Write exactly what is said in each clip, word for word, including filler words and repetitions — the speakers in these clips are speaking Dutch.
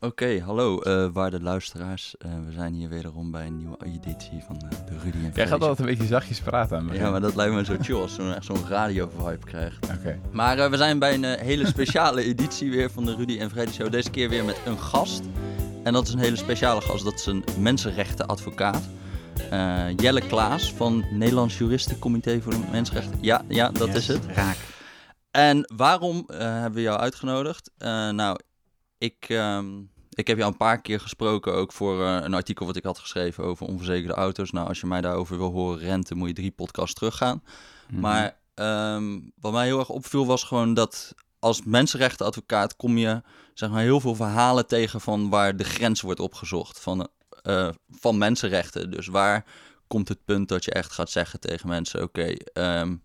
Oké, okay, hallo uh, waarde luisteraars. Uh, we zijn hier wederom bij een nieuwe editie van uh, de Rudy en Freddy. Jij gaat altijd een beetje zachtjes praten aan me. Ja, maar dat lijkt me zo chill als zo'n, echt zo'n radio-vibe krijgt. Oké. Okay. Maar uh, we zijn bij een uh, hele speciale editie weer van de Rudy en Freddy Show. Deze keer weer met een gast. En dat is een hele speciale gast. Dat is een mensenrechtenadvocaat. Uh, Jelle Klaas van Nederlands Juristencomité voor de Mensenrechten. Ja, ja dat yes, is het. Raak. En waarom uh, hebben we jou uitgenodigd? Uh, nou, ik... Um, Ik heb jou een paar keer gesproken ook voor uh, een artikel wat ik had geschreven over onverzekerde auto's. Nou, als je mij daarover wil horen renten, moet je drie podcasts teruggaan. Mm-hmm. Maar um, wat mij heel erg opviel was gewoon dat als mensenrechtenadvocaat kom je zeg maar heel veel verhalen tegen van waar de grens wordt opgezocht van, uh, van mensenrechten. Dus waar komt het punt dat je echt gaat zeggen tegen mensen, oké, okay, um,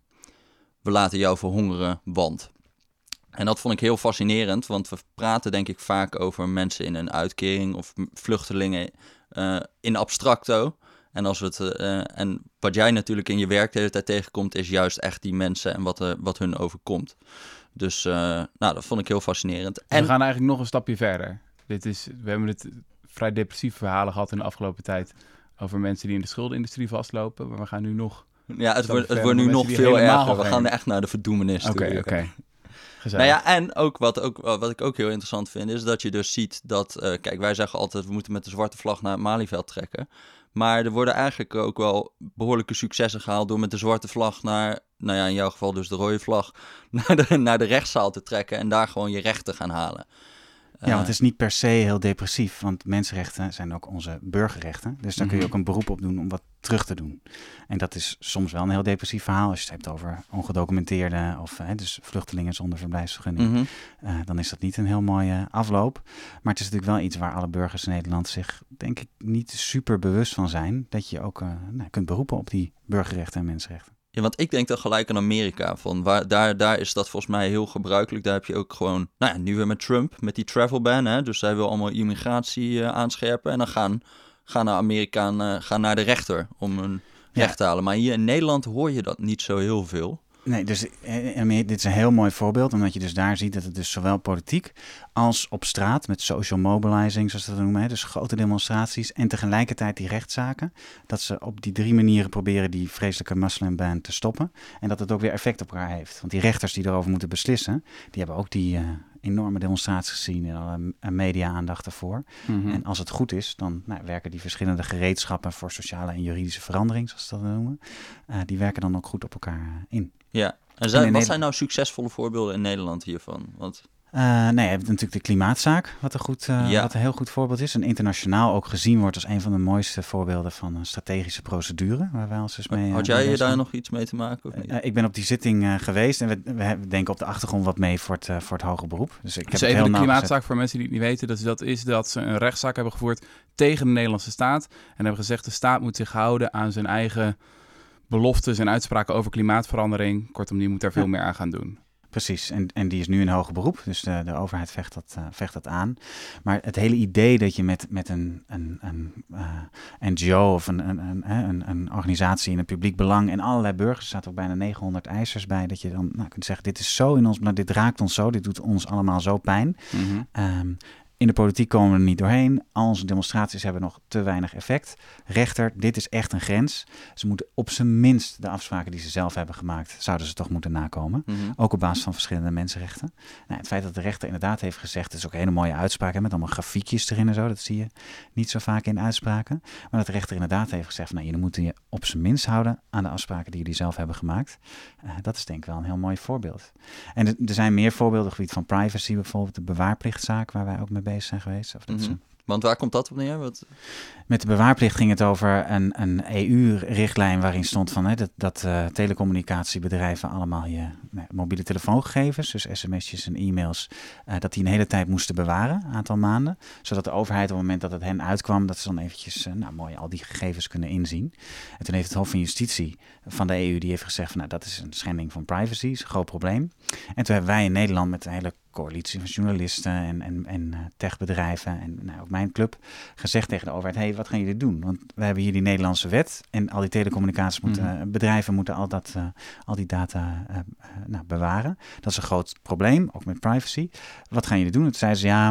we laten jou verhongeren, want... En dat vond ik heel fascinerend, want we praten denk ik vaak over mensen in een uitkering of vluchtelingen uh, in abstracto. En, als we het, uh, en wat jij natuurlijk in je werk de hele tijd tegenkomt, is juist echt die mensen en wat, uh, wat hun overkomt. Dus uh, nou, dat vond ik heel fascinerend. En we gaan eigenlijk nog een stapje verder. Dit is, we hebben het vrij depressieve verhalen gehad in de afgelopen tijd over mensen die in de schuldenindustrie vastlopen. Maar we gaan nu nog... Ja, het wordt, het wordt nu nog veel erger. We gaan echt naar de verdoemenis toe. Oké, oké. Okay. Nou ja, en ook wat, ook wat ik ook heel interessant vind, is dat je dus ziet dat... Uh, kijk, wij zeggen altijd, we moeten met de zwarte vlag naar het Malieveld trekken. Maar er worden eigenlijk ook wel behoorlijke successen gehaald door met de zwarte vlag naar... Nou ja, in jouw geval dus de rode vlag, naar de, naar de rechtszaal te trekken en daar gewoon je recht te gaan halen. Ja, want het is niet per se heel depressief, want mensenrechten zijn ook onze burgerrechten. Dus daar kun je ook een beroep op doen om wat terug te doen. En dat is soms wel een heel depressief verhaal als je het hebt over ongedocumenteerden of hè, dus vluchtelingen zonder verblijfsvergunning. Mm-hmm. Uh, dan is dat niet een heel mooie afloop. Maar het is natuurlijk wel iets waar alle burgers in Nederland zich denk ik niet super bewust van zijn. Dat je ook uh, nou, kunt beroepen op die burgerrechten en mensenrechten. Ja, want ik denk dan gelijk aan Amerika. Van waar, daar, daar is dat volgens mij heel gebruikelijk. Daar heb je ook gewoon, nou ja, nu weer met Trump, met die travel ban. Hè? Dus hij wil allemaal immigratie uh, aanscherpen. En dan gaan, gaan de Amerikanen gaan naar de rechter om hun recht ja. te halen. Maar hier in Nederland hoor je dat niet zo heel veel. Nee, dus dit is een heel mooi voorbeeld, omdat je dus daar ziet dat het dus zowel politiek als op straat met social mobilizing, zoals dat noemen, hè, dus grote demonstraties en tegelijkertijd die rechtszaken, dat ze op die drie manieren proberen die vreselijke moslimban te stoppen en dat het ook weer effect op elkaar heeft. Want die rechters die erover moeten beslissen, die hebben ook die uh, enorme demonstraties gezien en alle uh, media-aandacht ervoor. Mm-hmm. En als het goed is, dan nou, werken die verschillende gereedschappen voor sociale en juridische verandering, zoals ze dat noemen, uh, die werken dan ook goed op elkaar uh, in. Ja, en zijn, wat Nederland... zijn nou succesvolle voorbeelden in Nederland hiervan? Want... Uh, nee, je hebt natuurlijk de klimaatzaak, wat een, goed, uh, ja. wat een heel goed voorbeeld is. En internationaal ook gezien wordt als een van de mooiste voorbeelden van een strategische procedure. Waar wij ons dus mee, Had jij uh, daar nog iets mee te maken? Of niet? Uh, ik ben op die zitting uh, geweest en we, we denken op de achtergrond wat mee voor het, uh, voor het hoger beroep. Dus ik dus heb even het heel de klimaatzaak voor mensen die het niet weten. Dat is, dat is dat ze een rechtszaak hebben gevoerd tegen de Nederlandse staat. En hebben gezegd de staat moet zich houden aan zijn eigen... beloftes en uitspraken over klimaatverandering. Kortom, die moet daar veel ja. meer aan gaan doen. Precies, en, en die is nu in hoger beroep, dus de, de overheid vecht dat, uh, vecht dat aan. Maar het hele idee dat je met, met een, een, een uh, N G O of een, een, een, een, een organisatie in het publiek belang en allerlei burgers, er staat ook bijna negenhonderd eisers bij, dat je dan nou, kunt zeggen, dit is zo in ons belang, dit raakt ons zo, dit doet ons allemaal zo pijn. Mm-hmm. Um, In de politiek komen we er niet doorheen. Al onze demonstraties hebben nog te weinig effect. Rechter, dit is echt een grens. Ze moeten op zijn minst de afspraken die ze zelf hebben gemaakt, zouden ze toch moeten nakomen. Mm-hmm. Ook op basis van verschillende mensenrechten. Nou, het feit dat de rechter inderdaad heeft gezegd, het is ook een hele mooie uitspraak, hè, met allemaal grafiekjes erin en zo. Dat zie je niet zo vaak in uitspraken. Maar dat de rechter inderdaad heeft gezegd, nou, je moet je op zijn minst houden aan de afspraken die jullie zelf hebben gemaakt. Uh, dat is denk ik wel een heel mooi voorbeeld. En er, er zijn meer voorbeelden op het gebied van privacy, bijvoorbeeld de bewaarplichtzaak, waar wij ook mee bezig zijn geweest. Of dat mm-hmm. ze... Want waar komt dat op neer? Wat... Met de bewaarplicht ging het over een, een E U-richtlijn waarin stond van, hè, dat, dat uh, telecommunicatiebedrijven allemaal je nou, mobiele telefoongegevens, dus sms'jes en e-mails, uh, dat die een hele tijd moesten bewaren, een aantal maanden, zodat de overheid op het moment dat het hen uitkwam, dat ze dan eventjes uh, nou, mooi al die gegevens kunnen inzien. En toen heeft het Hof van Justitie van de E U, die heeft gezegd van, nou, dat is een schending van privacy, is een groot probleem. En toen hebben wij in Nederland met een hele coalitie van journalisten en, en, en techbedrijven en nou, ook mijn club gezegd tegen de overheid, hé, hey, wat gaan jullie doen? Want we hebben hier die Nederlandse wet en al die telecommunicaties moeten, mm-hmm. bedrijven moeten al, dat, uh, al die data uh, uh, nou, bewaren. Dat is een groot probleem, ook met privacy. Wat gaan jullie doen? Toen zeiden ze, ja, we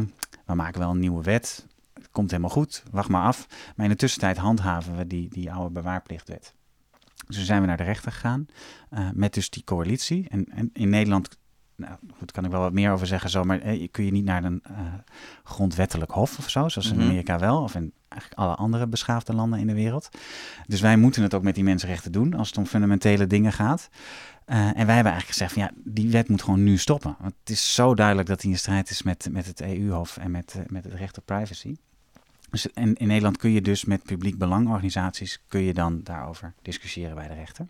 we maken wel een nieuwe wet. Het komt helemaal goed, wacht maar af. Maar in de tussentijd handhaven we die, die oude bewaarplichtwet. Dus toen zijn we naar de rechter gegaan uh, met dus die coalitie. En, en in Nederland, nou goed, kan ik wel wat meer over zeggen zo, maar eh, kun je niet naar een uh, grondwettelijk hof of zo, zoals mm-hmm. in Amerika wel, of in eigenlijk alle andere beschaafde landen in de wereld. Dus wij moeten het ook met die mensenrechten doen als het om fundamentele dingen gaat. Uh, en wij hebben eigenlijk gezegd van ja, die wet moet gewoon nu stoppen. Want het is zo duidelijk dat die in strijd is met, met het E U-hof en met, uh, met het recht op privacy. Dus en in Nederland kun je dus met publiek belangorganisaties kun je dan daarover discussiëren bij de rechter.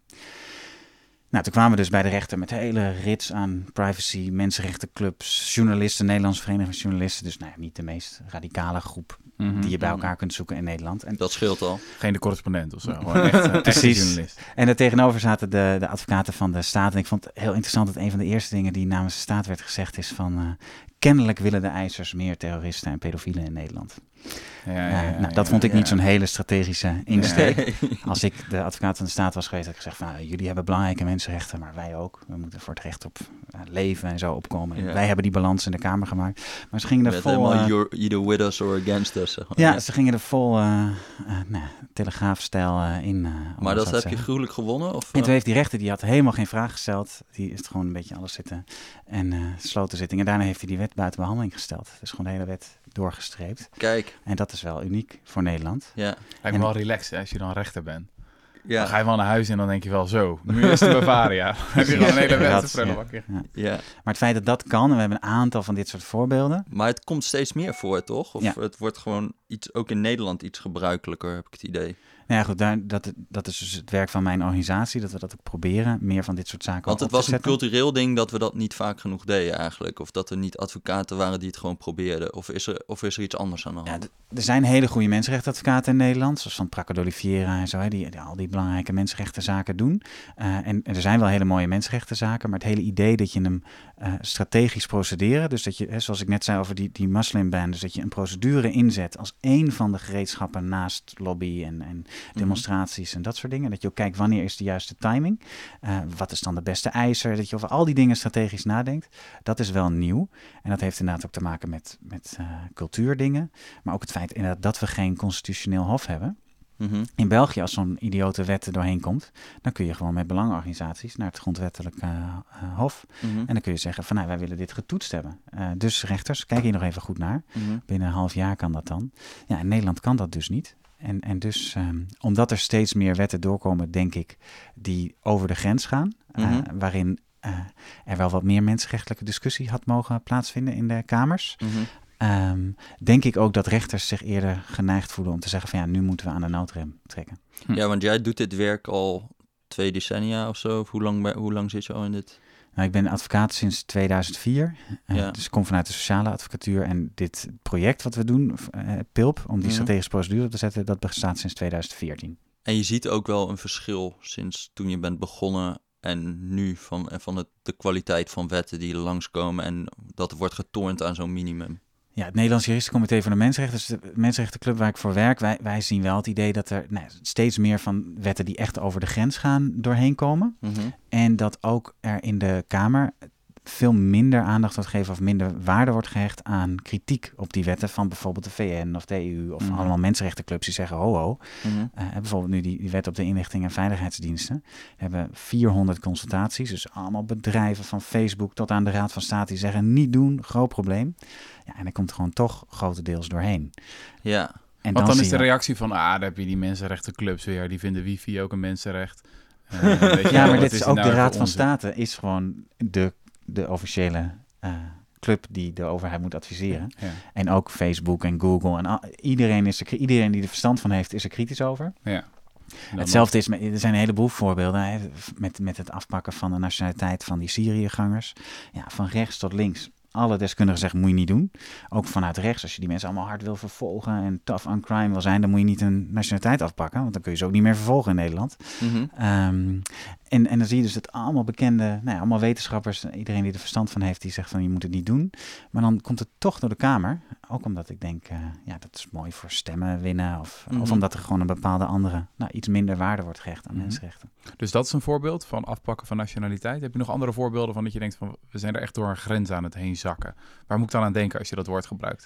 Nou, toen kwamen we dus bij de rechter met een hele rits aan privacy, mensenrechtenclubs, journalisten, Nederlandse Vereniging van Journalisten. Dus nou ja, niet de meest radicale groep mm-hmm. die je bij elkaar kunt zoeken in Nederland. En dat scheelt al. Geen de correspondent of zo, gewoon echt, uh, Precies. Echt journalist. En er tegenover zaten de, de advocaten van de staat. En ik vond het heel interessant dat een van de eerste dingen die namens de staat werd gezegd is van uh, kennelijk willen de eisers meer terroristen en pedofielen in Nederland. Ja, ja, ja, uh, nou, ja, dat vond ik ja. niet zo'n hele strategische insteek. Ja. Als ik de advocaat van de staat was geweest, had ik gezegd van nou, jullie hebben belangrijke mensenrechten, maar wij ook. We moeten voor het recht op uh, leven en zo opkomen. En ja. Wij hebben die balans in de Kamer gemaakt. Maar ze gingen er Met vol... Uh, you're either with us or against us. Zeg maar. Ja, ze gingen er vol uh, uh, nou, telegraafstijl uh, in. Uh, maar dat heb zeggen. je gruwelijk gewonnen? Of, en toen heeft die rechter, die had helemaal geen vraag gesteld. Die is gewoon een beetje alles zitten en uh, sloten zitting. En daarna heeft hij die wet buiten behandeling gesteld. Dus gewoon de hele wet doorgestreept. Kijk. En dat is wel uniek voor Nederland. Ja. Lijkt me wel relaxed, hè, als je dan rechter bent. Ja. Dan ga je wel naar huis en dan denk je wel zo. Nu is de Bavaria. Dan heb je gewoon een hele wet te prullenbak. Ja. Ja. Maar het feit dat dat kan, en we hebben een aantal van dit soort voorbeelden. Maar het komt steeds meer voor, toch? Of ja. het wordt gewoon iets, ook in Nederland iets gebruikelijker, heb ik het idee. Nou ja, goed, daar, dat, dat is dus het werk van mijn organisatie, dat we dat ook proberen, meer van dit soort zaken Want op het was te een cultureel ding dat we dat niet vaak genoeg deden eigenlijk. Of dat er niet advocaten waren die het gewoon probeerden. Of is er, of is er iets anders aan de hand? Ja, d- er zijn hele goede mensenrechtenadvocaten in Nederland, zoals van Praco d'Oliveira en zo, hè, die, die al die belangrijke mensenrechtenzaken doen. Uh, en, en er zijn wel hele mooie mensenrechtenzaken, maar het hele idee dat je hem uh, strategisch procederen, dus dat je, hè, zoals ik net zei over die, die moslimban, dus dat je een procedure inzet als één van de gereedschappen naast lobby en, en demonstraties mm-hmm. en dat soort dingen. Dat je ook kijkt wanneer is de juiste timing. Uh, wat is dan de beste eiser? Dat je over al die dingen strategisch nadenkt. Dat is wel nieuw. En dat heeft inderdaad ook te maken met, met uh, cultuurdingen. Maar ook het feit inderdaad dat we geen constitutioneel hof hebben. Mm-hmm. In België, als zo'n idiote wet er doorheen komt, dan kun je gewoon met belangenorganisaties naar het grondwettelijk uh, uh, hof. Mm-hmm. En dan kun je zeggen van nou, wij willen dit getoetst hebben. Uh, dus rechters, kijk hier nog even goed naar. Mm-hmm. Binnen een half jaar kan dat dan. Ja, in Nederland kan dat dus niet. En, en dus, um, omdat er steeds meer wetten doorkomen, denk ik, die over de grens gaan, mm-hmm. uh, waarin uh, er wel wat meer mensenrechtelijke discussie had mogen plaatsvinden in de kamers. Mm-hmm. Um, denk ik ook dat rechters zich eerder geneigd voelen om te zeggen van ja, nu moeten we aan de noodrem trekken. Hm. Ja, want jij doet dit werk al twee decennia of zo. Of hoe lang, hoe lang zit je al in dit? Nou, ik ben advocaat sinds tweeduizend vier, uh, ja. dus ik kom vanuit de sociale advocatuur en dit project wat we doen, uh, P I L P, om die mm-hmm. strategische procedure op te zetten, dat bestaat sinds tweeduizend veertien. En je ziet ook wel een verschil sinds toen je bent begonnen en nu van, van het, de kwaliteit van wetten die er langskomen en dat wordt getornd aan zo'n minimum. Ja, het Nederlands Juristencomité voor de Mensenrechten, dus de Mensenrechtenclub waar ik voor werk, wij, wij zien wel het idee dat er nou, steeds meer van wetten die echt over de grens gaan doorheen komen. Mm-hmm. En dat ook er in de Kamer veel minder aandacht wordt gegeven of minder waarde wordt gehecht aan kritiek op die wetten van bijvoorbeeld de V N of de E U of mm-hmm. allemaal mensenrechtenclubs die zeggen ho ho. Mm-hmm. Uh, bijvoorbeeld nu die, die wet op de inlichting en veiligheidsdiensten hebben vierhonderd consultaties, dus allemaal bedrijven van Facebook tot aan de Raad van State die zeggen niet doen, groot probleem. Ja, en er komt gewoon toch grotendeels doorheen. Ja. En Want dan, dan is de reactie van, ah, daar heb je die mensenrechtenclubs weer, die vinden wifi ook een mensenrecht. Uh, weet je ja, wel, maar dit is ook nou de Raad van State is gewoon de, de officiële uh, club die de overheid moet adviseren. Ja. En ook Facebook en Google en al, iedereen, is er, iedereen die er verstand van heeft, is er kritisch over. Ja. Hetzelfde is, met, er zijn een heleboel voorbeelden hè, met, met het afpakken van de nationaliteit van die Syriëgangers. Ja, van rechts tot links. Alle deskundigen zeggen, moet je niet doen. Ook vanuit rechts, als je die mensen allemaal hard wil vervolgen en tough on crime wil zijn, dan moet je niet een nationaliteit afpakken, want dan kun je ze ook niet meer vervolgen in Nederland. Mm-hmm. Um, en, en dan zie je dus dat allemaal bekende, nou ja, allemaal wetenschappers, iedereen die er verstand van heeft, die zegt van je moet het niet doen. Maar dan komt het toch door de Kamer, ook omdat ik denk, uh, ja, dat is mooi voor stemmen winnen, of, mm-hmm. of omdat er gewoon een bepaalde andere, nou, iets minder waarde wordt gehecht aan mm-hmm. mensenrechten. Dus dat is een voorbeeld van afpakken van nationaliteit. Heb je nog andere voorbeelden van dat je denkt van, we zijn er echt door een grens aan het heen zakken? Waar moet ik dan aan denken als je dat woord gebruikt?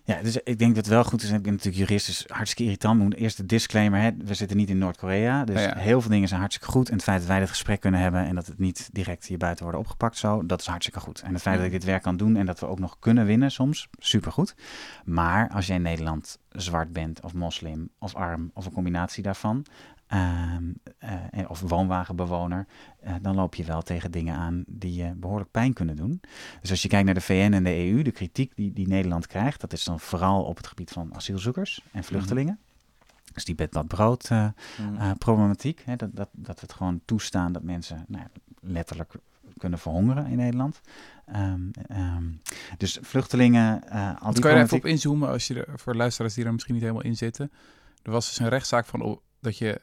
Ja, dus ik denk dat het wel goed is. Ik ben natuurlijk jurist, dus hartstikke irritant. We moeten eerst de disclaimer, hè. We zitten niet in Noord-Korea. Dus Ja, ja. heel veel dingen zijn hartstikke goed. En het feit dat wij dit gesprek kunnen hebben en dat het niet direct hier buiten wordt opgepakt, zo, dat is hartstikke goed. En het feit dat ik dit werk kan doen en dat we ook nog kunnen winnen soms, supergoed. Maar als jij in Nederland zwart bent of moslim of arm of een combinatie daarvan, Um, uh, of woonwagenbewoner, uh, dan loop je wel tegen dingen aan die je behoorlijk pijn kunnen doen. Dus als je kijkt naar de V N en de E U, de kritiek die, die Nederland krijgt, dat is dan vooral op het gebied van asielzoekers en vluchtelingen. Mm-hmm. Dus die bed-bad-brood uh, mm-hmm. uh, problematiek, hè, dat, dat, dat we het gewoon toestaan dat mensen nou, letterlijk kunnen verhongeren in Nederland. Um, um, dus vluchtelingen, uh, al die kan je er even op inzoomen, als je er, voor luisteraars die er misschien niet helemaal in zitten. Er was dus een rechtszaak van oh, dat je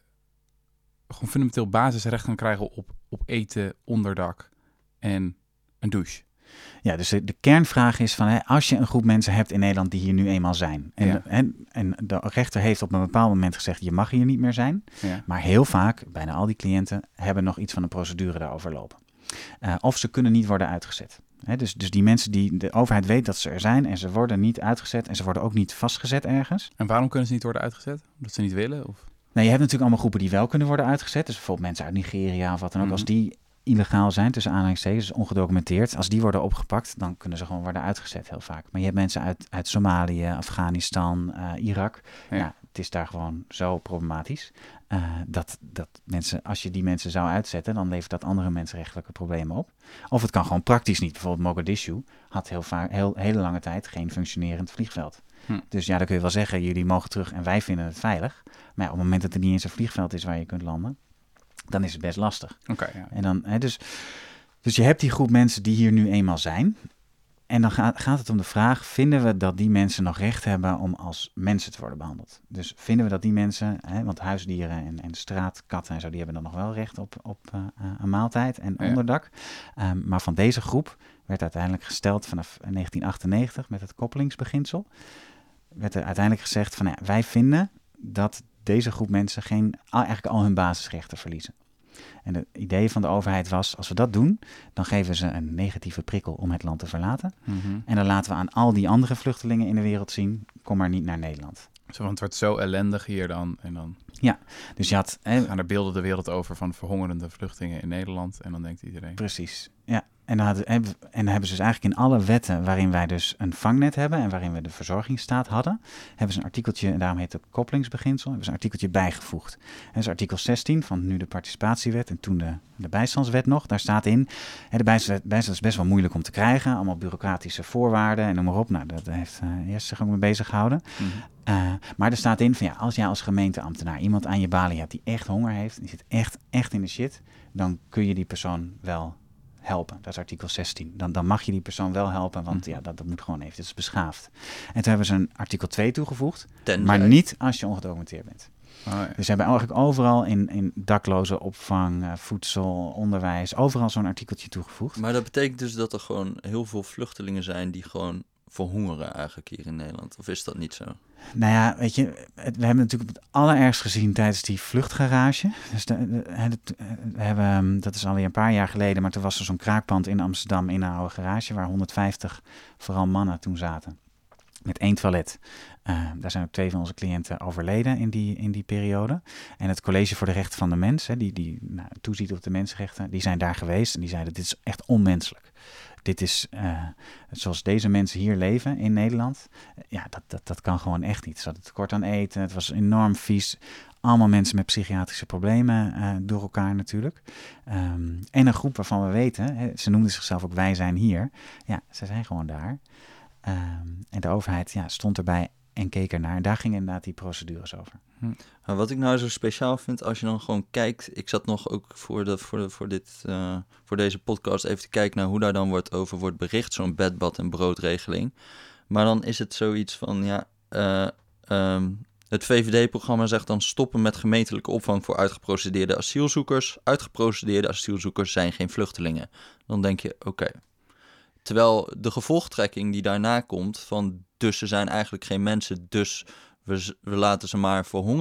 gewoon fundamenteel basisrecht kan krijgen op, op eten, onderdak en een douche. Ja, dus de, de kernvraag is van, hè, als je een groep mensen hebt in Nederland die hier nu eenmaal zijn. En, ja. en, en de rechter heeft op een bepaald moment gezegd, je mag hier niet meer zijn. Ja. Maar heel vaak, bijna al die cliënten, hebben nog iets van een procedure daarover lopen. Uh, of ze kunnen niet worden uitgezet. He, dus, dus die mensen die, de overheid weet dat ze er zijn en ze worden niet uitgezet en ze worden ook niet vastgezet ergens. En waarom kunnen ze niet worden uitgezet? Omdat ze niet willen? Of? Nou, je hebt natuurlijk allemaal groepen die wel kunnen worden uitgezet. Dus bijvoorbeeld mensen uit Nigeria of wat dan ook. Mm-hmm. Als die illegaal zijn, tussen aanhalingstekens, dus ongedocumenteerd. Als die worden opgepakt, dan kunnen ze gewoon worden uitgezet heel vaak. Maar je hebt mensen uit, uit Somalië, Afghanistan, uh, Irak. Ja. Ja, het is daar gewoon zo problematisch. Uh, dat, dat mensen, als je die mensen zou uitzetten, dan levert dat andere mensenrechtelijke problemen op. Of het kan gewoon praktisch niet. Bijvoorbeeld Mogadishu had heel vaak, heel, hele lange tijd geen functionerend vliegveld. Hm. Dus ja, dan kun je wel zeggen, jullie mogen terug en wij vinden het veilig. Maar ja, op het moment dat er niet eens een vliegveld is waar je kunt landen, dan is het best lastig. Okay, ja. En dan, hè, dus, dus je hebt die groep mensen die hier nu eenmaal zijn. En dan gaat, gaat het om de vraag, vinden we dat die mensen nog recht hebben om als mensen te worden behandeld? Dus vinden we dat die mensen, hè, want huisdieren en, en straatkatten en zo, die hebben dan nog wel recht op, op uh, een maaltijd en ja. onderdak. Um, maar van deze groep werd uiteindelijk gesteld vanaf negentien achtennegentig met het koppelingsbeginsel. Werd er uiteindelijk gezegd van, ja, wij vinden dat deze groep mensen geen, eigenlijk al hun basisrechten verliezen. En het idee van de overheid was, als we dat doen, dan geven ze een negatieve prikkel om het land te verlaten. Mm-hmm. En dan laten we aan al die andere vluchtelingen in de wereld zien, kom maar niet naar Nederland. Zo, want het wordt zo ellendig hier dan. En dan ja, dus je had... Hè, gaan er beelden de wereld over van verhongerende vluchtelingen in Nederland. En dan denkt iedereen... Precies, ja. En dan, hadden, en dan hebben ze dus eigenlijk in alle wetten waarin wij dus een vangnet hebben en waarin we de verzorgingsstaat hadden, hebben ze een artikeltje, en daarom heet het koppelingsbeginsel, hebben ze een artikeltje bijgevoegd. En dat is artikel zestien van nu de participatiewet en toen de, de bijstandswet nog. Daar staat in, hè, de bijstand, bijstand is best wel moeilijk om te krijgen, allemaal bureaucratische voorwaarden en noem maar op. Nou, dat heeft uh, Jesse zich ook mee bezig gehouden. Mm-hmm. Uh, maar er staat in van ja, als jij als gemeenteambtenaar iemand aan je balie hebt die echt honger heeft, die zit echt, echt in de shit, dan kun je die persoon wel helpen. Dat is artikel zestien. Dan, dan mag je die persoon wel helpen, want ja, dat, dat moet gewoon even. Dat is beschaafd. En toen hebben ze een artikel twee toegevoegd, Ten maar niet als je ongedocumenteerd bent. Oh, ja. Dus ze hebben eigenlijk overal in, in dakloze opvang, uh, voedsel, onderwijs, overal zo'n artikeltje toegevoegd. Maar dat betekent dus dat er gewoon heel veel vluchtelingen zijn die gewoon verhongeren eigenlijk hier in Nederland. Of is dat niet zo? Nou ja, weet je, het, we hebben natuurlijk het allerergst gezien tijdens die vluchtgarage. Dus de, de, de, we hebben, dat is alweer een paar jaar geleden, maar toen was er zo'n kraakpand in Amsterdam in een oude garage waar honderdvijftig, vooral mannen, toen zaten. Met één toilet. Uh, daar zijn ook twee van onze cliënten overleden in die, in die periode. En het College voor de Rechten van de Mens, hè, die, die nou, toeziet op de mensenrechten, die zijn daar geweest en die zeiden, dit is echt onmenselijk. Dit is, uh, zoals deze mensen hier leven in Nederland, ja, dat, dat, dat kan gewoon echt niet. Ze hadden tekort aan eten, het was enorm vies. Allemaal mensen met psychiatrische problemen uh, door elkaar natuurlijk. Um, en een groep waarvan we weten, hè, ze noemden zichzelf ook Wij Zijn Hier. Ja, ze zijn gewoon daar. Um, en de overheid ja, stond erbij en keek ernaar. En daar gingen inderdaad die procedures over. Hm. Nou, wat ik nou zo speciaal vind, als je dan gewoon kijkt... Ik zat nog ook voor, de, voor, de, voor, dit, uh, voor deze podcast even te kijken naar hoe daar dan wordt over wordt bericht. Zo'n bed, bad en broodregeling. Maar dan is het zoiets van, ja... Uh, um, het V V D-programma zegt dan stoppen met gemeentelijke opvang voor uitgeprocedeerde asielzoekers. Uitgeprocedeerde asielzoekers zijn geen vluchtelingen. Dan denk je, oké... Okay. Terwijl de gevolgtrekking die daarna komt van dus ze zijn eigenlijk geen mensen, dus we, we laten ze maar verhongeren,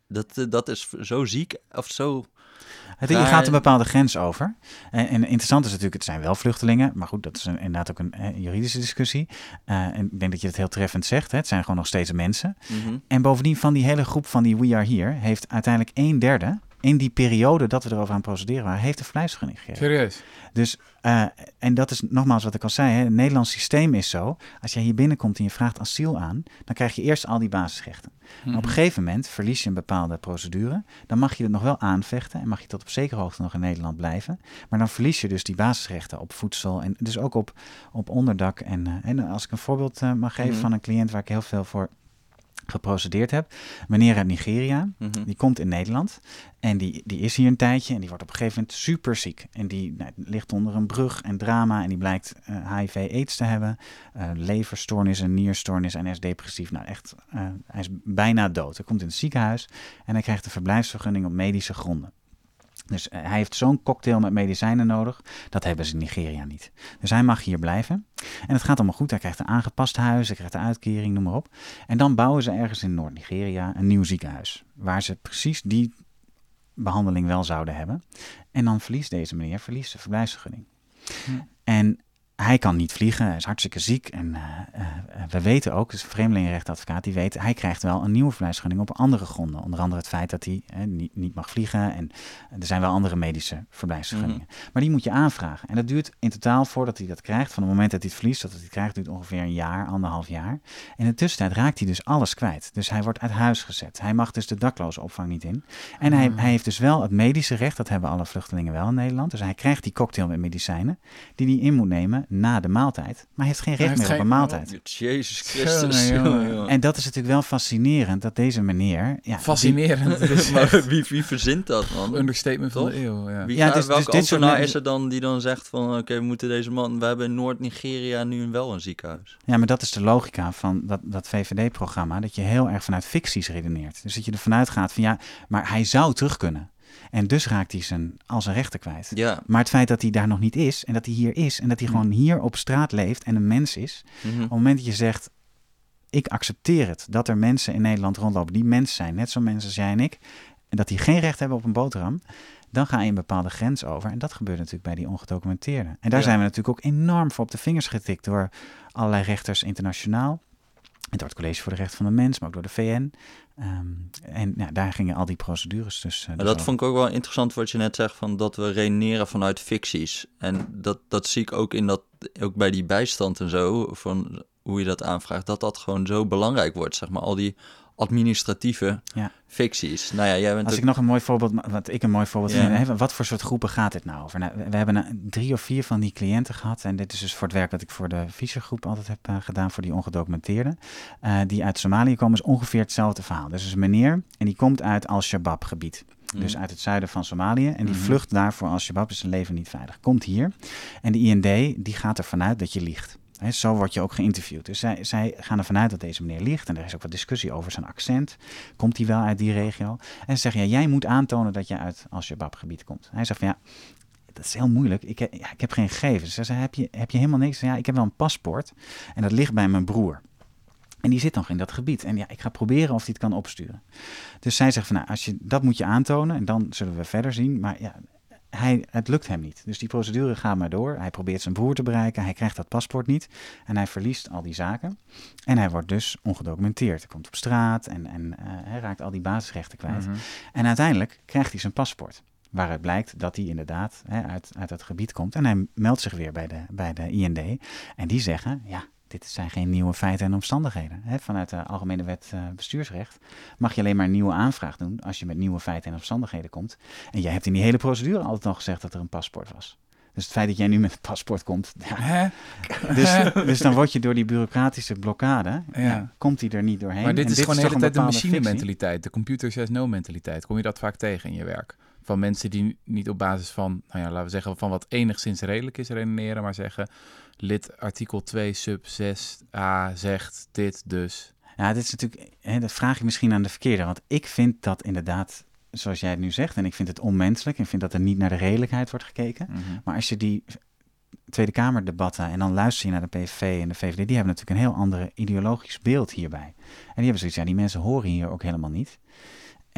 Dat, uh, dat is zo ziek of zo... Het, je gaat een bepaalde grens over. En, en interessant is natuurlijk, het zijn wel vluchtelingen. Maar goed, dat is een, inderdaad ook een, een juridische discussie. Uh, en ik denk dat je het heel treffend zegt. Hè. Het zijn gewoon nog steeds mensen. Mm-hmm. En bovendien van die hele groep van die We Are Here... heeft uiteindelijk een derde... in die periode dat we erover aan procederen waren... heeft de verblijfsvergunning gegeven. Serieus? Dus, uh, en dat is nogmaals wat ik al zei. Hè, het Nederlands systeem is zo. Als jij hier binnenkomt en je vraagt asiel aan... dan krijg je eerst al die basisrechten. Mm-hmm. Op een gegeven moment verlies je een bepaalde procedure. Dan mag je het nog wel aanvechten. En mag je tot op zekere hoogte nog in Nederland blijven. Maar dan verlies je dus die basisrechten op voedsel. En dus ook op, op onderdak. En, uh, en als ik een voorbeeld uh, mag geven mm-hmm. van een cliënt... waar ik heel veel voor... geprocedeerd heb. Meneer uit Nigeria, mm-hmm. die komt in Nederland en die, die is hier een tijdje en die wordt op een gegeven moment super ziek. En die nou, ligt onder een brug en drama en die blijkt uh, H I V-aids te hebben, uh, leverstoornis, een nierstoornis en hij is depressief. Nou echt, uh, hij is bijna dood. Hij komt in het ziekenhuis en hij krijgt een verblijfsvergunning op medische gronden. Dus uh, hij heeft zo'n cocktail met medicijnen nodig. Dat hebben ze in Nigeria niet. Dus hij mag hier blijven. En het gaat allemaal goed. Hij krijgt een aangepast huis. Hij krijgt een uitkering, noem maar op. En dan bouwen ze ergens in Noord-Nigeria een nieuw ziekenhuis. Waar ze precies die behandeling wel zouden hebben. En dan verliest deze meneer verliest de verblijfsvergunning. Hm. En hij kan niet vliegen, hij is hartstikke ziek. En uh, uh, we weten ook, dus een vreemdelingenrechtadvocaat, die weet, hij krijgt wel een nieuwe verblijfsvergunning op andere gronden. Onder andere het feit dat hij uh, niet, niet mag vliegen. En er zijn wel andere medische verblijfsvergunningen. Mm-hmm. Maar die moet je aanvragen. En dat duurt in totaal voordat hij dat krijgt. Van het moment dat hij het verliest, dat hij het krijgt, duurt ongeveer een jaar, anderhalf jaar. En in de tussentijd raakt hij dus alles kwijt. Dus hij wordt uit huis gezet. Hij mag dus de daklozenopvang niet in. En hij, hij heeft dus wel het medische recht, dat hebben alle vluchtelingen wel in Nederland. Dus hij krijgt die cocktail met medicijnen die hij in moet nemen na de maaltijd. Maar hij heeft geen recht heeft meer geen... op een maaltijd. Oh, Jezus Christus. Zo, jongen, jongen. En dat is natuurlijk wel fascinerend, dat deze meneer... Ja, fascinerend. Die... maar wie, wie verzint dat, man? Understatement van de eeuw, ja. Wie ja, gaat, dus, welke dus ambtenaar soort... is er dan die dan zegt van... oké, okay, we moeten deze man... we hebben in Noord-Nigeria nu wel een ziekenhuis. Ja, maar dat is de logica van dat, dat V V D-programma... dat je heel erg vanuit ficties redeneert. Dus dat je ervan uitgaat van ja, maar hij zou terug kunnen... En dus raakt hij zijn, al zijn rechten kwijt. Ja. Maar het feit dat hij daar nog niet is... en dat hij hier is... en dat hij mm. gewoon hier op straat leeft en een mens is... Mm-hmm. op het moment dat je zegt... ik accepteer het dat er mensen in Nederland rondlopen... die mensen zijn, net zo mensen als jij en ik... en dat die geen recht hebben op een boterham... dan ga je een bepaalde grens over. En dat gebeurt natuurlijk bij die ongedocumenteerden. En daar ja. zijn we natuurlijk ook enorm voor op de vingers getikt... door allerlei rechters internationaal... en door het College voor de Rechten van de Mens... maar ook door de V N... Um, en ja, daar gingen al die procedures dus... Uh, dus dat al... vond ik ook wel interessant wat je net zegt... van dat we redeneren vanuit ficties. En dat, dat zie ik ook, in dat, ook bij die bijstand en zo... van hoe je dat aanvraagt... dat dat gewoon zo belangrijk wordt, zeg maar. Al die administratieve ja. ficties. Nou ja, jij bent Als ook... ik nog een mooi voorbeeld... wat ik een mooi voorbeeld ja. vind... Hè, wat voor soort groepen gaat dit nou over? Nou, we, we hebben een, drie of vier van die cliënten gehad... en dit is dus voor het werk dat ik voor de Fischer-groep altijd heb uh, gedaan... voor die ongedocumenteerden. Uh, die uit Somalië komen, is ongeveer hetzelfde verhaal. Dus is een meneer en die komt uit Al-Shabaab-gebied. Mm. Dus uit het zuiden van Somalië. En die mm-hmm. vlucht daar voor Al-Shabaab, is zijn leven niet veilig. Komt hier en de I N D die gaat ervan uit dat je liegt. He, zo word je ook geïnterviewd. Dus zij, zij gaan ervan uit dat deze meneer liegt. En er is ook wat discussie over zijn accent. Komt hij wel uit die regio? En ze zeggen, ja, jij moet aantonen dat je uit Al-Shabaab-gebied komt. Hij zegt van, ja, dat is heel moeilijk. Ik, he, ja, ik heb geen gegevens. Ze zeggen, heb je, heb je helemaal niks? Ja, ik heb wel een paspoort. En dat ligt bij mijn broer. En die zit nog in dat gebied. En ja, ik ga proberen of hij het kan opsturen. Dus zij zegt van, nou, als je, dat moet je aantonen. En dan zullen we verder zien. Maar ja... Hij, het lukt hem niet. Dus die procedure gaat maar door. Hij probeert zijn broer te bereiken. Hij krijgt dat paspoort niet. En hij verliest al die zaken. En hij wordt dus ongedocumenteerd. Hij komt op straat en, en uh, hij raakt al die basisrechten kwijt. Mm-hmm. En uiteindelijk krijgt hij zijn paspoort. Waaruit blijkt dat hij inderdaad hè, uit, uit het gebied komt. En hij meldt zich weer bij de, bij de I N D. En die zeggen, ja, dit zijn geen nieuwe feiten en omstandigheden. He, vanuit de Algemene Wet uh, Bestuursrecht mag je alleen maar een nieuwe aanvraag doen als je met nieuwe feiten en omstandigheden komt. En jij hebt in die hele procedure altijd al gezegd dat er een paspoort was. Dus het feit dat jij nu met een paspoort komt... Ja. dus, dus dan word je door die bureaucratische blokkade... Ja. Ja, komt hij er niet doorheen. Maar dit en is dit gewoon is de hele tijd de machine-mentaliteit. De computer says no mentaliteit. Kom je dat vaak tegen in je werk? Van mensen die niet op basis van, nou ja, laten we zeggen, van wat enigszins redelijk is redeneren, maar zeggen, lid artikel twee sub zes a zegt dit dus. Ja, dit is natuurlijk, hè, dat vraag je misschien aan de verkeerde, want ik vind dat inderdaad, zoals jij het nu zegt, en ik vind het onmenselijk en vind dat er niet naar de redelijkheid wordt gekeken. Mm-hmm. Maar als je die Tweede Kamerdebatten en dan luister je naar de P V V en de V V D, die hebben natuurlijk een heel ander ideologisch beeld hierbij. En die hebben zoiets, ja, die mensen horen hier ook helemaal niet.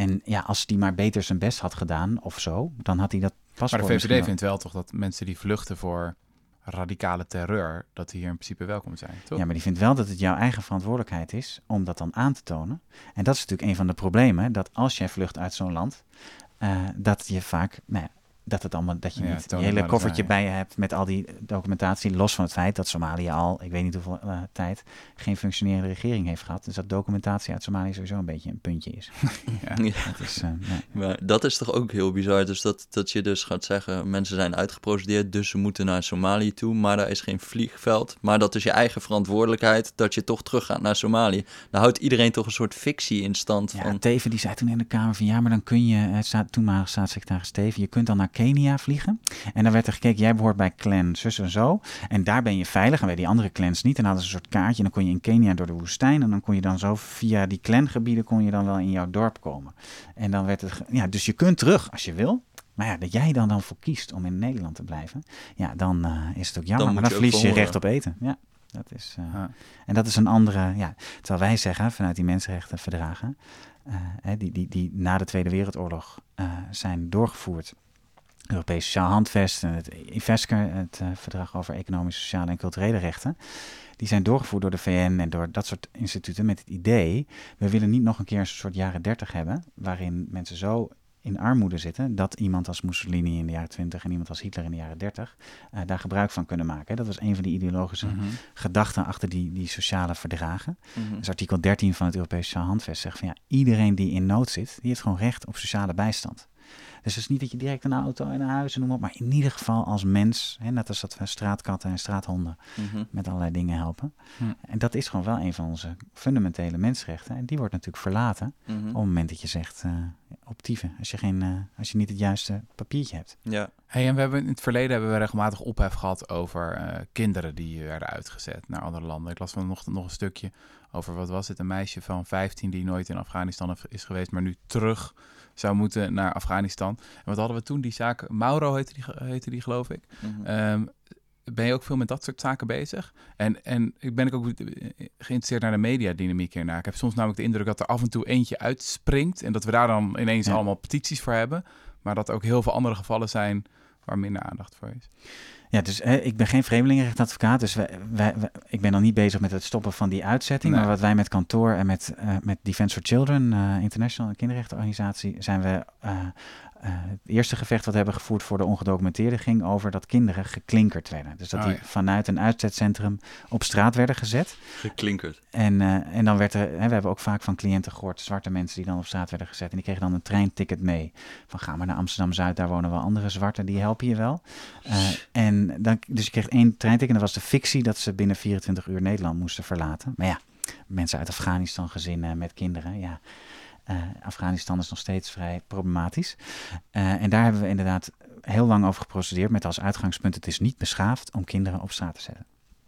En ja, als die maar beter zijn best had gedaan of zo, dan had hij dat paspoort. Maar de V V D misschien vindt wel toch dat mensen die vluchten voor radicale terreur, dat die hier in principe welkom zijn, toch? Ja, maar die vindt wel dat het jouw eigen verantwoordelijkheid is om dat dan aan te tonen. En dat is natuurlijk een van de problemen, dat als jij vlucht uit zo'n land, uh, dat je vaak, nou ja, dat het allemaal, dat je Ja, niet toon je hele maar dat koffertje zijn, ja. bij je hebt met al die documentatie, los van het feit dat Somalië al, ik weet niet hoeveel uh, tijd, geen functionerende regering heeft gehad. Dus dat documentatie uit Somalië sowieso een beetje een puntje is. Ja. Ja. Dat is, uh, ja. Maar dat is toch ook heel bizar. Dus dat, dat je dus gaat zeggen, mensen zijn uitgeprocedeerd, dus ze moeten naar Somalië toe, maar daar is geen vliegveld. Maar dat is je eigen verantwoordelijkheid dat je toch teruggaat naar Somalië. Dan houdt iedereen toch een soort fictie in stand Ja, van... Teven die zei toen in de Kamer van ja, maar dan kun je, het staat toenmalig staatssecretaris Teven, je kunt dan naar Kenia vliegen. En dan werd er gekeken, jij behoort bij clan zus en zo. En daar ben je veilig en bij die andere clans niet. En dan hadden ze een soort kaartje en dan kon je in Kenia door de woestijn. En dan kon je dan zo via die clangebieden kon je dan wel in jouw dorp komen. En dan werd het, ge- ja, dus je kunt terug als je wil. Maar ja, dat jij dan dan voor kiest om in Nederland te blijven. Ja, dan uh, is het ook jammer. Dan maar moet dan je ook verlies je verhoren. recht op eten. Ja, dat is... Uh, Ja. En dat is een andere, ja, terwijl wij zeggen vanuit die mensenrechtenverdragen, uh, hè, die, die, die na de Tweede Wereldoorlog uh, zijn doorgevoerd. Europees Sociaal Handvest en het I V E S C R, het uh, Verdrag over Economische, Sociale en Culturele Rechten. Die zijn doorgevoerd door de V N en door dat soort instituten met het idee, we willen niet nog een keer een soort jaren dertig hebben, waarin mensen zo in armoede zitten, dat iemand als Mussolini in de jaren twintig en iemand als Hitler in de jaren dertig uh, daar gebruik van kunnen maken. Dat was een van die ideologische Mhm. gedachten achter die, die sociale verdragen. Mhm. Dus artikel dertien van het Europees Sociaal Handvest zegt van ja, iedereen die in nood zit, die heeft gewoon recht op sociale bijstand. Dus het is niet dat je direct een auto en een huis en noem maar op, maar in ieder geval als mens, hè, net als dat we straatkatten en straathonden Mhm. met allerlei dingen helpen. Hm. En dat is gewoon wel een van onze fundamentele mensenrechten. En die wordt natuurlijk verlaten Mhm. op het moment dat je zegt uh, optieven, als je, geen, uh, als je niet het juiste papiertje hebt. Ja. Hey, en we hebben in het verleden hebben we regelmatig ophef gehad over uh, kinderen die werden uitgezet naar andere landen. Ik las van nog, nog een stukje over, wat was het, een meisje van vijftien die nooit in Afghanistan is geweest, maar nu terug zou moeten naar Afghanistan. En wat hadden we toen? Die zaak, Mauro heette die, heette die geloof ik. Mhm. Um, ben je ook veel met dat soort zaken bezig? En, en ik ben ik ook geïnteresseerd naar de mediadynamiek hierna. Ik heb soms namelijk de indruk dat er af en toe eentje uitspringt en dat we daar dan ineens ja. allemaal petities voor hebben, maar dat er ook heel veel andere gevallen zijn waar minder aandacht voor is. Ja, dus eh, ik ben geen vreemdelingenrechtadvocaat, dus wij, wij, wij, ik ben dan niet bezig met het stoppen van die uitzetting. Nee. Maar wat wij met kantoor en met, uh, met Defense for Children, uh, International, een kinderrechtenorganisatie, zijn we... Uh, Uh, het eerste gevecht wat we hebben gevoerd voor de ongedocumenteerden ging over dat kinderen geklinkerd werden. Dus dat Oh, die ja. vanuit een uitzetcentrum op straat werden gezet. Geklinkerd. En, uh, en dan werd er, hè, we hebben ook vaak van cliënten gehoord, zwarte mensen die dan op straat werden gezet. En die kregen dan een treinticket mee. Van ga maar naar Amsterdam-Zuid, daar wonen wel andere zwarten, die helpen je wel. Uh, en dan, dus je kreeg één treinticket en dat was de fictie dat ze binnen vierentwintig uur Nederland moesten verlaten. Maar ja, mensen uit Afghanistan, gezinnen met kinderen, ja... Uh, Afghanistan is nog steeds vrij problematisch. Uh, en daar hebben we inderdaad heel lang over geprocedeerd met als uitgangspunt: het is niet beschaafd om kinderen op straat te zetten.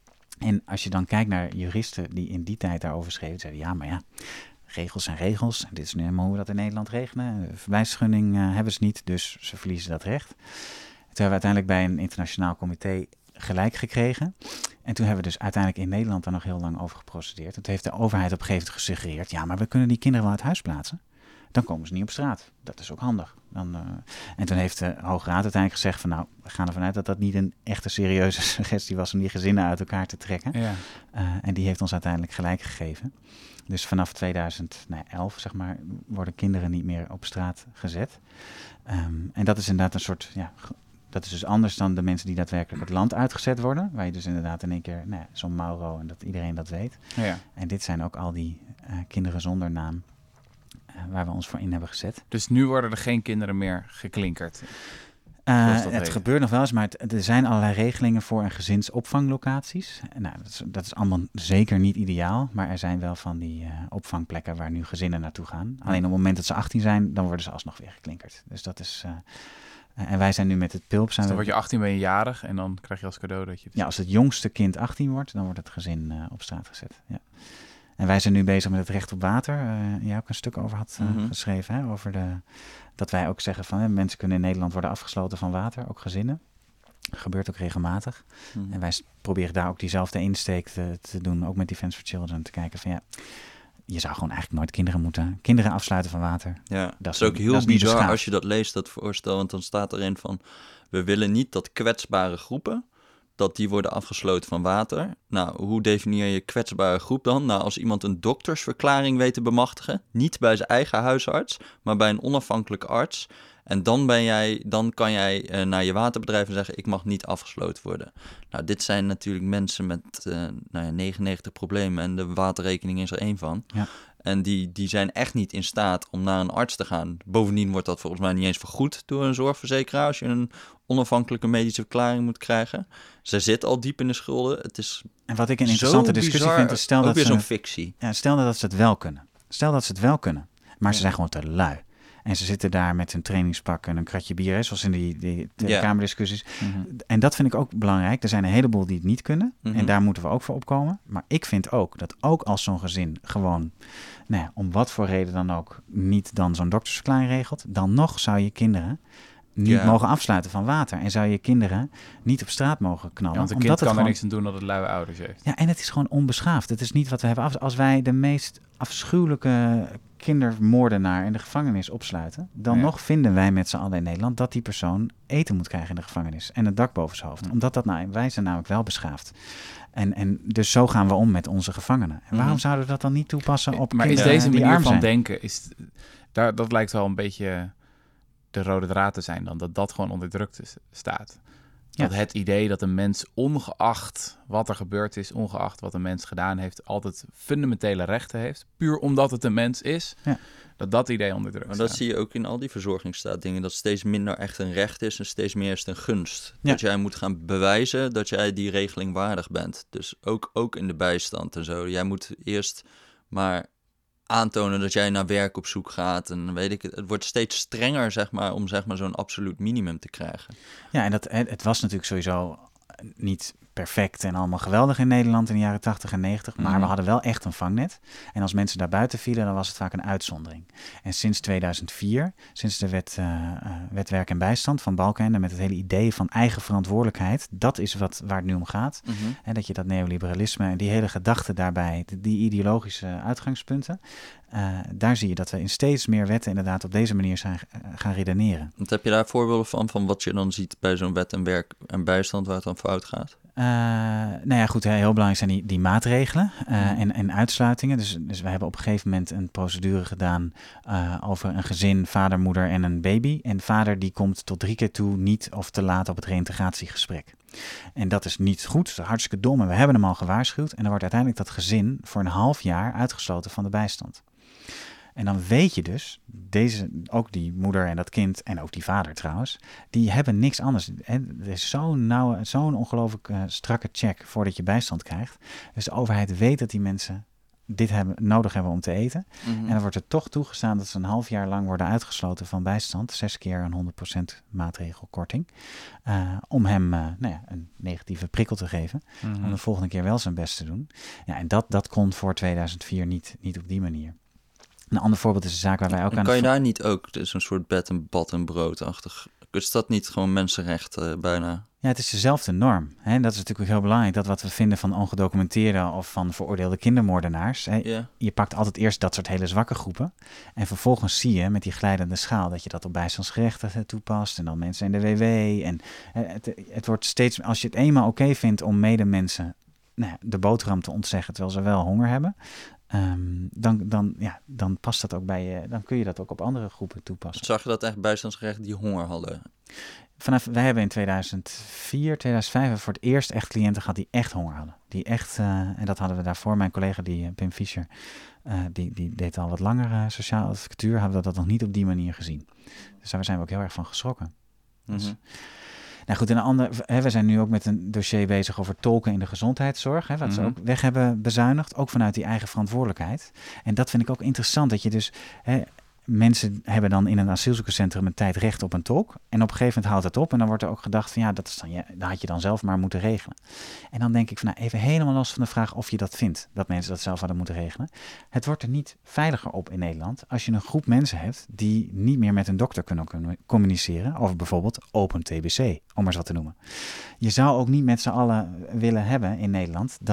En als je dan kijkt naar juristen die in die tijd daarover schreven, zeiden ja, maar ja, regels zijn regels. Dit is nu helemaal hoe we dat in Nederland regelen. Verblijfsvergunning uh, hebben ze niet, dus ze verliezen dat recht. Toen hebben we uiteindelijk bij een internationaal comité gelijk gekregen. En toen hebben we dus uiteindelijk in Nederland daar nog heel lang over geprocedeerd. Toen heeft de overheid op een gegeven moment gesuggereerd, ja, maar we kunnen die kinderen wel uit huis plaatsen. Dan komen ze niet op straat. Dat is ook handig. Dan, uh... En toen heeft de Hoge Raad uiteindelijk gezegd van nou, we gaan ervan uit dat dat niet een echte serieuze suggestie was om die gezinnen uit elkaar te trekken. Ja. Uh, en die heeft ons uiteindelijk gelijk gegeven. Dus vanaf tweeduizend elf, zeg maar, worden kinderen niet meer op straat gezet. Um, en dat is inderdaad een soort... Ja, dat is dus anders dan de mensen die daadwerkelijk het land uitgezet worden. Waar je dus inderdaad in één keer, nou ja, zo'n Mauro en dat iedereen dat weet. Ja. En dit zijn ook al die uh, kinderen zonder naam uh, waar we ons voor in hebben gezet. Dus nu worden er geen kinderen meer geklinkerd? Uh, het heet. gebeurt nog wel eens, maar het, er zijn allerlei regelingen voor een gezinsopvanglocaties. Nou, dat, is, dat is allemaal zeker niet ideaal, maar er zijn wel van die uh, opvangplekken waar nu gezinnen naartoe gaan. Alleen op het moment dat ze achttien zijn, dan worden ze alsnog weer geklinkerd. Dus dat is... Uh, Uh, en wij zijn nu met het P U L P... Zijn dus dan we... word je achttien, ben je jarig en dan krijg je als cadeau dat je... Ja, als het jongste kind achttien wordt, dan wordt het gezin uh, op straat gezet. Ja. En wij zijn nu bezig met het recht op water. Uh, jij ook een stuk over had uh, mm-hmm. geschreven, hè? Over de, dat wij ook zeggen van... Hè, mensen kunnen in Nederland worden afgesloten van water, ook gezinnen. Dat gebeurt ook regelmatig. Mm-hmm. En wij proberen daar ook diezelfde insteek te, te doen, ook met Defense for Children, te kijken van ja... je zou gewoon eigenlijk nooit kinderen moeten... Kinderen afsluiten van water. Ja, dat is ook heel is bizar beschaafd. Als je dat leest, dat voorstel. Want dan staat erin van... we willen niet dat kwetsbare groepen... dat die worden afgesloten van water. Nou, hoe definieer je kwetsbare groep dan? Nou, als iemand een doktersverklaring weet te bemachtigen... niet bij zijn eigen huisarts, maar bij een onafhankelijke arts... En dan, ben jij, dan kan jij uh, naar je waterbedrijf en zeggen... ik mag niet afgesloten worden. Nou, dit zijn natuurlijk mensen met uh, nou ja, negenennegentig problemen... en de waterrekening is er één van. Ja. En die, die zijn echt niet in staat om naar een arts te gaan. Bovendien wordt dat volgens mij niet eens vergoed door een zorgverzekeraar... als je een onafhankelijke medische verklaring moet krijgen. Ze zitten al diep in de schulden. Het is en wat ik een interessante discussie bizar, vind... is stel ook dat weer ze, zo'n fictie. Ja, stel dat ze het wel kunnen. Stel dat ze het wel kunnen. Maar ja. ze zijn gewoon te lui. En ze zitten daar met hun trainingspak en een kratje bier, hè, zoals in die, die yeah. kamerdiscussies. Mm-hmm. En dat vind ik ook belangrijk. Er zijn een heleboel die het niet kunnen. Mm-hmm. En daar moeten we ook voor opkomen. Maar ik vind ook dat ook als zo'n gezin gewoon, nou ja, om wat voor reden dan ook, niet dan zo'n doktersverklaring regelt, dan nog zou je kinderen niet ja. mogen afsluiten van water. En zou je kinderen niet op straat mogen knallen. Ja, want een kind kan er gewoon... niks aan doen dat het luie ouders heeft. Ja, en het is gewoon onbeschaafd. Het is niet wat we hebben. Als wij de meest afschuwelijke kindermoordenaar in de gevangenis opsluiten, dan ja. nog vinden wij met z'n allen in Nederland dat die persoon eten moet krijgen in de gevangenis en een dak boven zijn hoofd. Ja. Omdat dat nou, wij zijn namelijk wel beschaafd. En, en dus zo gaan we om met onze gevangenen. En waarom mm. zouden we dat dan niet toepassen op maar kinderen is deze die manier arm van zijn? denken, is, daar, dat lijkt wel een beetje de rode draad te zijn dan, dat dat gewoon onder druk te, staat. Dat ja. het idee dat een mens, ongeacht wat er gebeurd is, ongeacht wat een mens gedaan heeft, altijd fundamentele rechten heeft, puur omdat het een mens is, ja. dat dat idee onder druk maar staat. Dat zie je ook in al die verzorgingsstaatdingen, dat steeds minder echt een recht is en steeds meer is het een gunst. Ja. Dat jij moet gaan bewijzen dat jij die regeling waardig bent. Dus ook, ook in de bijstand en zo. Jij moet eerst maar aantonen dat jij naar werk op zoek gaat. En weet ik, het wordt steeds strenger, zeg maar, om zeg maar zo'n absoluut minimum te krijgen. Ja, en dat, het was natuurlijk sowieso niet perfect en allemaal geweldig in Nederland in de jaren tachtig en negentig, maar mm. we hadden wel echt een vangnet. En als mensen daar buiten vielen, dan was het vaak een uitzondering. En sinds tweeduizend vier, sinds de wet, uh, uh, wet werk en bijstand van Balkenende, met het hele idee van eigen verantwoordelijkheid, dat is wat, waar het nu om gaat. Mm-hmm. En dat je dat neoliberalisme en die hele gedachte daarbij, die ideologische uitgangspunten, uh, daar zie je dat we in steeds meer wetten inderdaad op deze manier zijn uh, gaan redeneren. Want heb je daar voorbeelden van, van wat je dan ziet bij zo'n wet en werk en bijstand waar het dan fout gaat? Uh, nou ja, goed, heel belangrijk zijn die, die maatregelen uh, en, en uitsluitingen. Dus, dus we hebben op een gegeven moment een procedure gedaan uh, over een gezin, vader, moeder en een baby. En vader die komt tot drie keer toe niet of te laat op het reïntegratiegesprek. En dat is niet goed, dat is hartstikke dom en we hebben hem al gewaarschuwd. En dan wordt uiteindelijk dat gezin voor een half jaar uitgesloten van de bijstand. En dan weet je dus, deze, ook die moeder en dat kind en ook die vader trouwens, die hebben niks anders. En er is zo'n nauwe, zo'n ongelooflijk uh, strakke check voordat je bijstand krijgt. Dus de overheid weet dat die mensen dit hebben, nodig hebben om te eten. Mm-hmm. En dan wordt er toch toegestaan dat ze een half jaar lang worden uitgesloten van bijstand. Zes keer een honderd procent maatregelkorting. Uh, om hem uh, nou ja, een negatieve prikkel te geven. Mm-hmm. Om de volgende keer wel zijn best te doen. Ja, en dat, dat kon voor tweeduizend vier niet, niet op die manier. Een ander voorbeeld is een zaak waar wij ook en aan... Kan je daar niet ook dus een soort bed en bad en broodachtig... Is dat niet gewoon mensenrechten uh, bijna? Ja, het is dezelfde norm. Hè? Dat is natuurlijk ook heel belangrijk. Dat wat we vinden van ongedocumenteerde of van veroordeelde kindermoordenaars. Hè? Yeah. Je pakt altijd eerst dat soort hele zwakke groepen. En vervolgens zie je met die glijdende schaal dat je dat op bijstandsgerechtigden toepast. En dan mensen in de W W. En het, het wordt steeds... Als je het eenmaal oké okay vindt om medemensen nou ja, de boterham te ontzeggen terwijl ze wel honger hebben... Um, dan, dan, ja, dan past dat ook bij je. Dan kun je dat ook op andere groepen toepassen. Zag je dat echt bijstandsgerechten die honger hadden? Vanaf, wij hebben in tweeduizend vier, tweeduizend vijf voor het eerst echt cliënten gehad die echt honger hadden. Die echt, uh, en dat hadden we daarvoor. Mijn collega, die, Pim Fischer, uh, die, die deed al wat langer uh, sociaal advocatuur. Hadden we dat nog niet op die manier gezien. Dus daar zijn we ook heel erg van geschrokken. Mm-hmm. Dus, nou goed, een ander, hè, we zijn nu ook met een dossier bezig over tolken in de gezondheidszorg. Hè, wat mm-hmm. ze ook weg hebben bezuinigd, ook vanuit die eigen verantwoordelijkheid. En dat vind ik ook interessant, dat je dus... Hè, mensen hebben dan in een asielzoekerscentrum een tijd recht op een tolk. En op een gegeven moment houdt het op. En dan wordt er ook gedacht van ja, dat, is dan, ja, dat had je dan zelf maar moeten regelen. En dan denk ik van nou, even helemaal los van de vraag of je dat vindt. Dat mensen dat zelf hadden moeten regelen. Het wordt er niet veiliger op in Nederland als je een groep mensen hebt die niet meer met een dokter kunnen communiceren. Over bijvoorbeeld open T B C, om maar eens wat te noemen. Je zou ook niet met z'n allen willen hebben in Nederland dat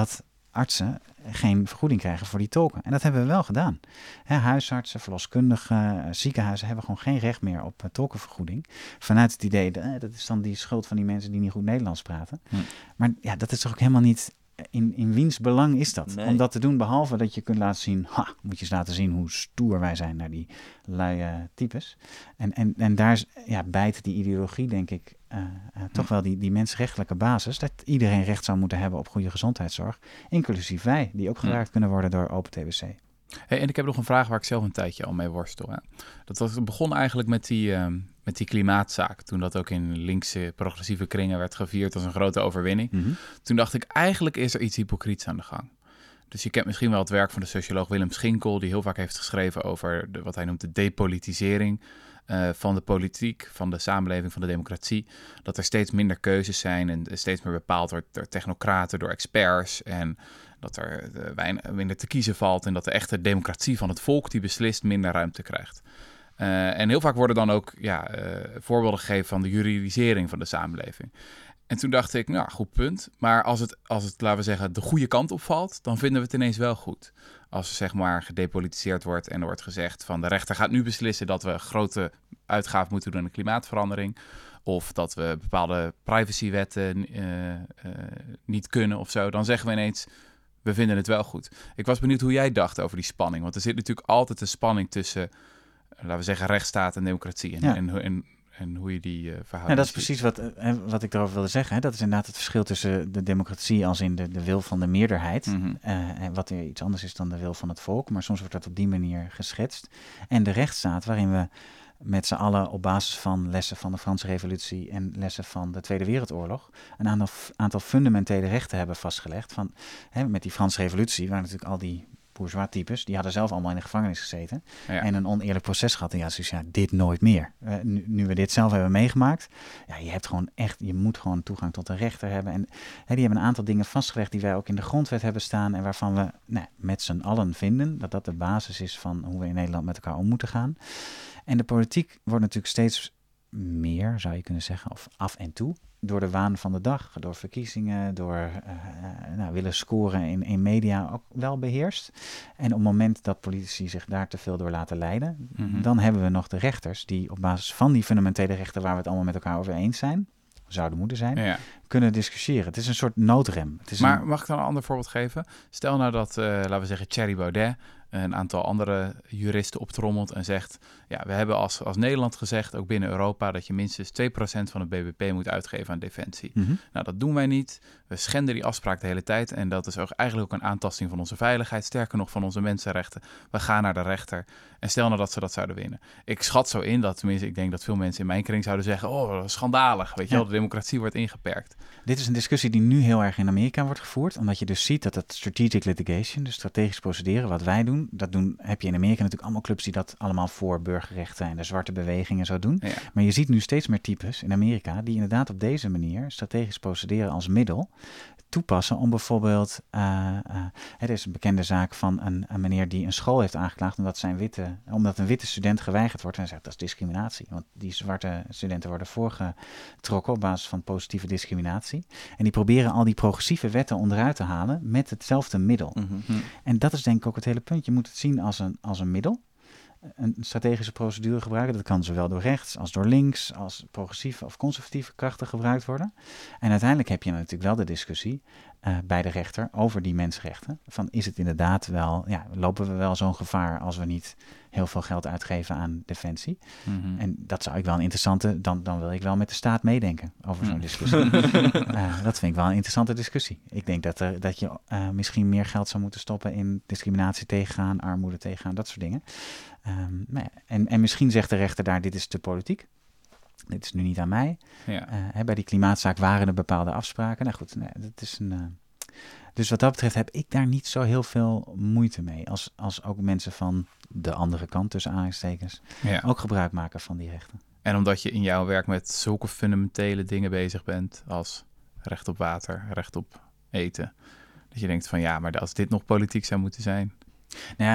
artsen geen vergoeding krijgen voor die tolken. En dat hebben we wel gedaan. Hè, huisartsen, verloskundigen, ziekenhuizen hebben gewoon geen recht meer op uh, tolkenvergoeding. Vanuit het idee, uh, dat is dan die schuld van die mensen die niet goed Nederlands praten. Hm. Maar ja, dat is toch ook helemaal niet... In, in wiens belang is dat? Nee. Om dat te doen, behalve dat je kunt laten zien... Ha, moet je eens laten zien hoe stoer wij zijn naar die luie types. En, en, en daar ja, bijt die ideologie, denk ik... Uh, uh, toch wel die, die mensenrechtelijke basis... dat iedereen recht zou moeten hebben op goede gezondheidszorg. Inclusief wij, die ook geraakt ja. kunnen worden door Open T B C. Hey, en ik heb nog een vraag waar ik zelf een tijdje al mee worstel. Hè. Dat was, begon eigenlijk met die, uh, met die klimaatzaak. Toen dat ook in linkse progressieve kringen werd gevierd als een grote overwinning. Mm-hmm. Toen dacht ik, eigenlijk is er iets hypocriets aan de gang. Dus je kent misschien wel het werk van de socioloog Willem Schinkel... die heel vaak heeft geschreven over de, wat hij noemt de depolitisering... Uh, van de politiek, van de samenleving, van de democratie. Dat er steeds minder keuzes zijn en steeds meer bepaald wordt door technocraten, door experts. En dat er uh, weinig, minder te kiezen valt en dat de echte democratie van het volk die beslist minder ruimte krijgt. Uh, en heel vaak worden dan ook ja, uh, voorbeelden gegeven van de juridisering van de samenleving. En toen dacht ik, nou, goed punt. Maar als het, als het, laten we zeggen, de goede kant opvalt, dan vinden we het ineens wel goed. Als er zeg maar gedepolitiseerd wordt en er wordt gezegd van de rechter gaat nu beslissen dat we grote uitgaven moeten doen aan de klimaatverandering. Of dat we bepaalde privacywetten uh, uh, niet kunnen of zo. Dan zeggen we ineens, we vinden het wel goed. Ik was benieuwd hoe jij dacht over die spanning. Want er zit natuurlijk altijd een spanning tussen, laten we zeggen, rechtsstaat en democratie. En, ja. en, en En hoe je die uh, verhoudt. Ja, dat is precies wat, uh, wat ik daarover wilde zeggen. Hè. Dat is inderdaad het verschil tussen de democratie als in de, de wil van de meerderheid. Mm-hmm. Uh, en wat weer iets anders is dan de wil van het volk. Maar soms wordt dat op die manier geschetst. En de rechtsstaat waarin we met z'n allen op basis van lessen van de Franse Revolutie en lessen van de Tweede Wereldoorlog een aantal, aantal fundamentele rechten hebben vastgelegd. Van, hè, met die Franse Revolutie waren natuurlijk al die bourgeois-types, die hadden zelf allemaal in de gevangenis gezeten ja. en een oneerlijk proces gehad. En ja, dus ja, dit nooit meer. Uh, nu, nu we dit zelf hebben meegemaakt, ja, je hebt gewoon echt, je moet gewoon toegang tot een rechter hebben. En hè, die hebben een aantal dingen vastgelegd die wij ook in de grondwet hebben staan en waarvan we nou, met z'n allen vinden dat dat de basis is van hoe we in Nederland met elkaar om moeten gaan. En de politiek wordt natuurlijk steeds meer, zou je kunnen zeggen, of af en toe, door de waan van de dag, door verkiezingen, door uh, nou, willen scoren in, in media ook wel beheerst. En op het moment dat politici zich daar te veel door laten leiden, mm-hmm. dan hebben we nog de rechters die op basis van die fundamentele rechten waar we het allemaal met elkaar over eens zijn, zouden moeten zijn, ja. kunnen discussiëren. Het is een soort noodrem. Het is maar een... mag ik dan een ander voorbeeld geven? Stel nou dat, uh, laten we zeggen, Thierry Baudet een aantal andere juristen optrommelt en zegt, ja, we hebben als, als Nederland gezegd, ook binnen Europa, dat je minstens twee procent van het B B P moet uitgeven aan defensie. Mm-hmm. Nou, dat doen wij niet. We schenden die afspraak de hele tijd en dat is ook eigenlijk ook een aantasting van onze veiligheid, sterker nog van onze mensenrechten. We gaan naar de rechter en stel nou dat ze dat zouden winnen. Ik schat zo in dat, tenminste, ik denk dat veel mensen in mijn kring zouden zeggen, oh, schandalig, weet je wel, ja. de democratie wordt ingeperkt. Dit is een discussie die nu heel erg in Amerika wordt gevoerd, omdat je dus ziet dat het strategic litigation, dus strategisch procederen, wat wij doen, dat doen, heb je in Amerika natuurlijk allemaal clubs die dat allemaal voor burgerrechten en de zwarte bewegingen zo doen. Ja. Maar je ziet nu steeds meer types in Amerika die inderdaad op deze manier strategisch procederen als middel toepassen om bijvoorbeeld, uh, uh, het is een bekende zaak van een, een meneer die een school heeft aangeklaagd omdat, zijn witte, omdat een witte student geweigerd wordt en zegt dat is discriminatie, want die zwarte studenten worden voorgetrokken op basis van positieve discriminatie en die proberen al die progressieve wetten onderuit te halen met hetzelfde middel. Mm-hmm. En dat is denk ik ook het hele punt. Je moet het zien als een, als een middel. Een strategische procedure gebruiken. Dat kan zowel door rechts als door links, als progressieve of conservatieve krachten gebruikt worden. En uiteindelijk heb je natuurlijk wel de discussie uh, bij de rechter over die mensenrechten. Van is het inderdaad wel, ja, lopen we wel zo'n gevaar als we niet heel veel geld uitgeven aan defensie? Mm-hmm. En dat zou ik wel een interessante, dan, dan wil ik wel met de staat meedenken over zo'n discussie. uh, dat vind ik wel een interessante discussie. Ik denk dat, er, dat je uh, misschien meer geld zou moeten stoppen in discriminatie tegengaan, armoede tegengaan, dat soort dingen. Um, en, en misschien zegt de rechter daar, dit is te politiek. Dit is nu niet aan mij. Ja. Uh, hè, bij die klimaatzaak waren er bepaalde afspraken. Nou goed, nee, dat is een... Uh... Dus wat dat betreft heb ik daar niet zo heel veel moeite mee. Als, als ook mensen van de andere kant, tussen aanhalingstekens, ja. ook gebruik maken van die rechten. En omdat je in jouw werk met zulke fundamentele dingen bezig bent, als recht op water, recht op eten, dat je denkt van ja, maar als dit nog politiek zou moeten zijn... Nou ja,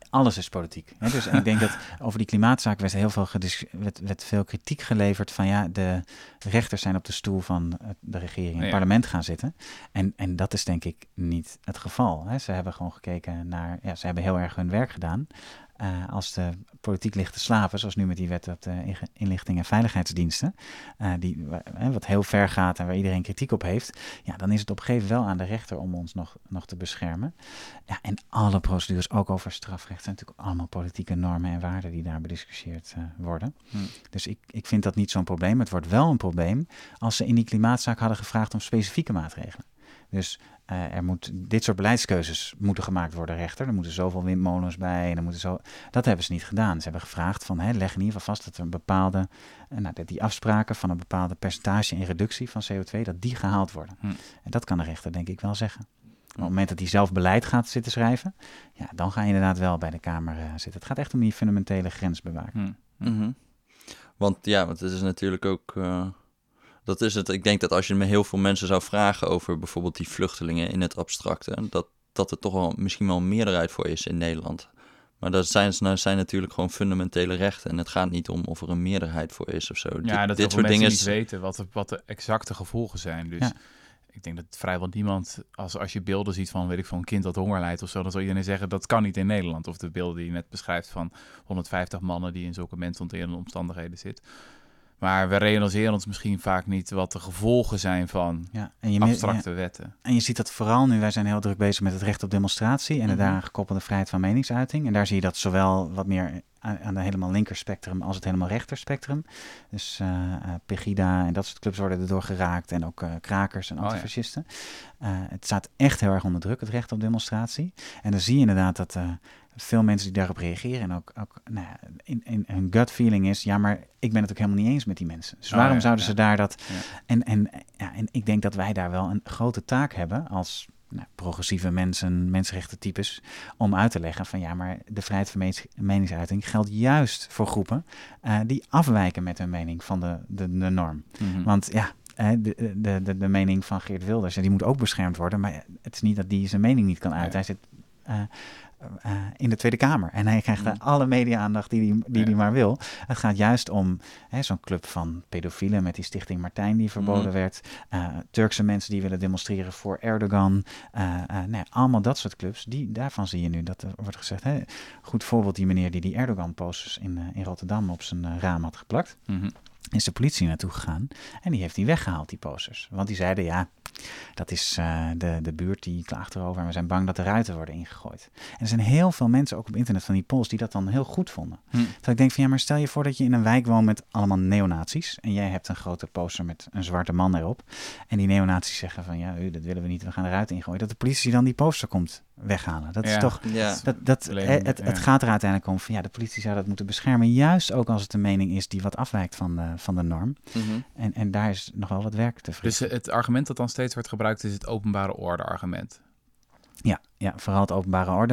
alles is politiek. Hè? Dus ik denk dat over die klimaatzaak werd heel veel, gedis- werd, werd veel kritiek geleverd van ja, de rechters zijn op de stoel van de regering in het Ja. parlement gaan zitten. En, en dat is denk ik niet het geval. Hè? Ze hebben gewoon gekeken naar, ja, ze hebben heel erg hun werk gedaan. Uh, als de politiek ligt te slapen, zoals nu met die wet op de inlichting en veiligheidsdiensten, uh, die, uh, wat heel ver gaat en waar iedereen kritiek op heeft, ja, dan is het op een gegeven moment wel aan de rechter om ons nog, nog te beschermen. Ja, en alle procedures, ook over strafrecht, zijn natuurlijk allemaal politieke normen en waarden die daar bediscussieerd uh, worden. Hmm. Dus ik, ik vind dat niet zo'n probleem. Het wordt wel een probleem als ze in die klimaatzaak hadden gevraagd om specifieke maatregelen. Dus uh, er moet dit soort beleidskeuzes moeten gemaakt worden, rechter. Er moeten zoveel windmolens bij. En er moeten zo... Dat hebben ze niet gedaan. Ze hebben gevraagd van, hè, leg in ieder geval vast dat er een bepaalde, uh, nou, dat die afspraken van een bepaalde percentage in reductie van C O twee, dat die gehaald worden. Hm. En dat kan de rechter denk ik wel zeggen. Op het moment dat hij zelf beleid gaat zitten schrijven, ja, dan ga je inderdaad wel bij de Kamer uh, zitten. Het gaat echt om die fundamentele grensbewaking. Hm. Mm-hmm. Want ja, want het is natuurlijk ook... Uh... Dat is het. Ik denk dat als je met heel veel mensen zou vragen over bijvoorbeeld die vluchtelingen in het abstracte, dat, dat er toch wel misschien wel een meerderheid voor is in Nederland. Maar dat zijn, dat zijn natuurlijk gewoon fundamentele rechten. En het gaat niet om of er een meerderheid voor is of zo. Ja, dit, dat dit soort dingen mensen niet weten wat de, wat de exacte gevolgen zijn. Dus ja. Ik denk dat vrijwel niemand, als, als je beelden ziet van, weet ik, van een kind dat honger lijdt of zo, dan zal iedereen zeggen, dat kan niet in Nederland. Of de beelden die je net beschrijft van honderdvijftig mannen die in zulke mensonterende omstandigheden zitten. Maar we realiseren ons misschien vaak niet wat de gevolgen zijn van ja, en je abstracte ja, wetten. En je ziet dat vooral nu, wij zijn heel druk bezig met het recht op demonstratie en mm-hmm. de daaraan gekoppelde vrijheid van meningsuiting. En daar zie je dat zowel wat meer aan de helemaal linkerspectrum als het helemaal rechterspectrum. Dus uh, uh, Pegida en dat soort clubs worden erdoor geraakt en ook uh, krakers en antifascisten. Oh, ja. uh, het staat echt heel erg onder druk, het recht op demonstratie. En dan zie je inderdaad dat... Uh, veel mensen die daarop reageren en ook, ook nou ja, in, in hun gut feeling is, ja, maar ik ben het ook helemaal niet eens met die mensen. Dus waarom oh, ja, zouden ja. ze daar dat... Ja. En, en, ja, en ik denk dat wij daar wel een grote taak hebben als nou, progressieve mensen, mensenrechtentypes, om uit te leggen van ja, maar de vrijheid van meningsuiting geldt juist voor groepen uh, die afwijken met hun mening van de, de, de norm. Mm-hmm. Want ja, de, de, de, de mening van Geert Wilders, die moet ook beschermd worden, maar het is niet dat die zijn mening niet kan uiten. Hij zit... Uh, Uh, in de Tweede Kamer. En hij krijgt daar mm. alle media-aandacht die hij die, die ja. maar wil. Het gaat juist om hè, zo'n club van pedofielen met die stichting Martijn die verboden mm. werd. Uh, Turkse mensen die willen demonstreren voor Erdogan. Uh, uh, nee, allemaal dat soort clubs. Die, daarvan zie je nu dat er wordt gezegd... Hè, goed voorbeeld die meneer die die Erdogan-posters in, uh, in Rotterdam op zijn uh, raam had geplakt. Mm-hmm. Is de politie naartoe gegaan en die heeft die weggehaald, die posters. Want die zeiden, ja, dat is uh, de, de buurt die klaagt erover en we zijn bang dat de ruiten worden ingegooid. En er zijn heel veel mensen, ook op internet van die polls, die dat dan heel goed vonden. Hm. Terwijl ik denk van, ja, maar stel je voor dat je in een wijk woont met allemaal neonazies en jij hebt een grote poster met een zwarte man erop. En die neonazies zeggen van, ja, dat willen we niet, we gaan de ruiten ingooien. Dat de politie dan die poster komt weghalen. Dat is ja. toch, ja. dat, dat, het, het, het gaat er uiteindelijk om van, ja, de politie zou dat moeten beschermen, juist ook als het een mening is die wat afwijkt van de, van de norm. Mm-hmm. En, en daar is nog wel wat werk te verrichten. Dus het argument dat dan steeds wordt gebruikt is het openbare orde argument. Ja, ja, vooral het openbare orde.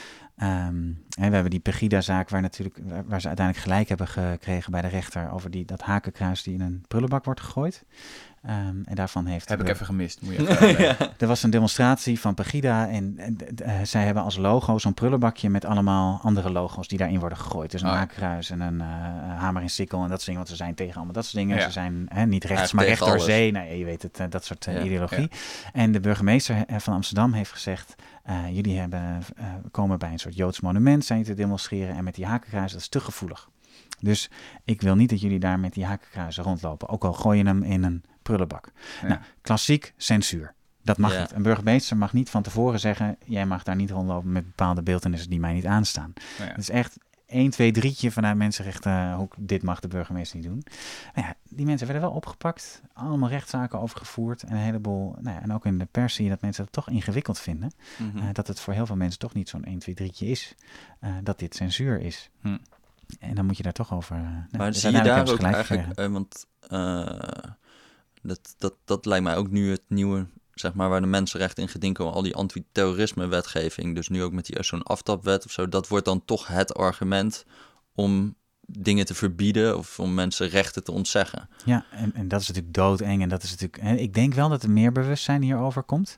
Um, en we hebben die Pegida-zaak waar, natuurlijk, waar, waar ze uiteindelijk gelijk hebben gekregen bij de rechter over die, dat hakenkruis die in een prullenbak wordt gegooid. Um, en daarvan heeft... Heb ik even gemist. Moet je even ja. Er was een demonstratie van Pegida en uh, uh, zij hebben als logo zo'n prullenbakje met allemaal andere logo's die daarin worden gegooid. Dus een oh. hakenkruis en een uh, hamer en sikkel en dat soort dingen. Want ze zijn tegen allemaal dat soort dingen. Ja. Ze zijn hè, niet rechts, ja, maar recht door zee. Nee, je weet het, uh, dat soort uh, ja. ideologie. Ja. En de burgemeester van Amsterdam heeft gezegd... Uh, jullie hebben, uh, komen bij een soort Joods monument, zijn te demonstreren en met die hakenkruis, dat is te gevoelig. Dus ik wil niet dat jullie daar met die hakenkruisen rondlopen, ook al gooi je hem in een prullenbak. Ja. Nou, klassiek censuur. Dat mag ja. niet. Een burgemeester mag niet van tevoren zeggen, jij mag daar niet rondlopen met bepaalde beeltenissen die mij niet aanstaan. Ja. Dat is echt één, twee, drietje vanuit mensenrechtenhoek, dit mag de burgemeester niet doen. Nou ja, die mensen werden wel opgepakt, allemaal rechtszaken overgevoerd en een heleboel, nou ja, en ook in de pers zie je dat mensen dat toch ingewikkeld vinden. Mm-hmm. Uh, dat het voor heel veel mensen toch niet zo'n één, twee, drietje is, uh, dat dit censuur is. Hm. En dan moet je daar toch over... Uh, maar nou, zie je daar ook eigenlijk, uh, want uh, dat, dat, dat lijkt mij ook nu het nieuwe, zeg maar, waar de mensenrechten in geding komen, al die antiterrorisme-wetgeving, dus nu ook met die zo'n aftapwet of zo, dat wordt dan toch het argument om dingen te verbieden of om mensen rechten te ontzeggen. Ja, en, en dat is natuurlijk doodeng en dat is natuurlijk... Hè, ik denk wel dat er meer bewustzijn hierover komt.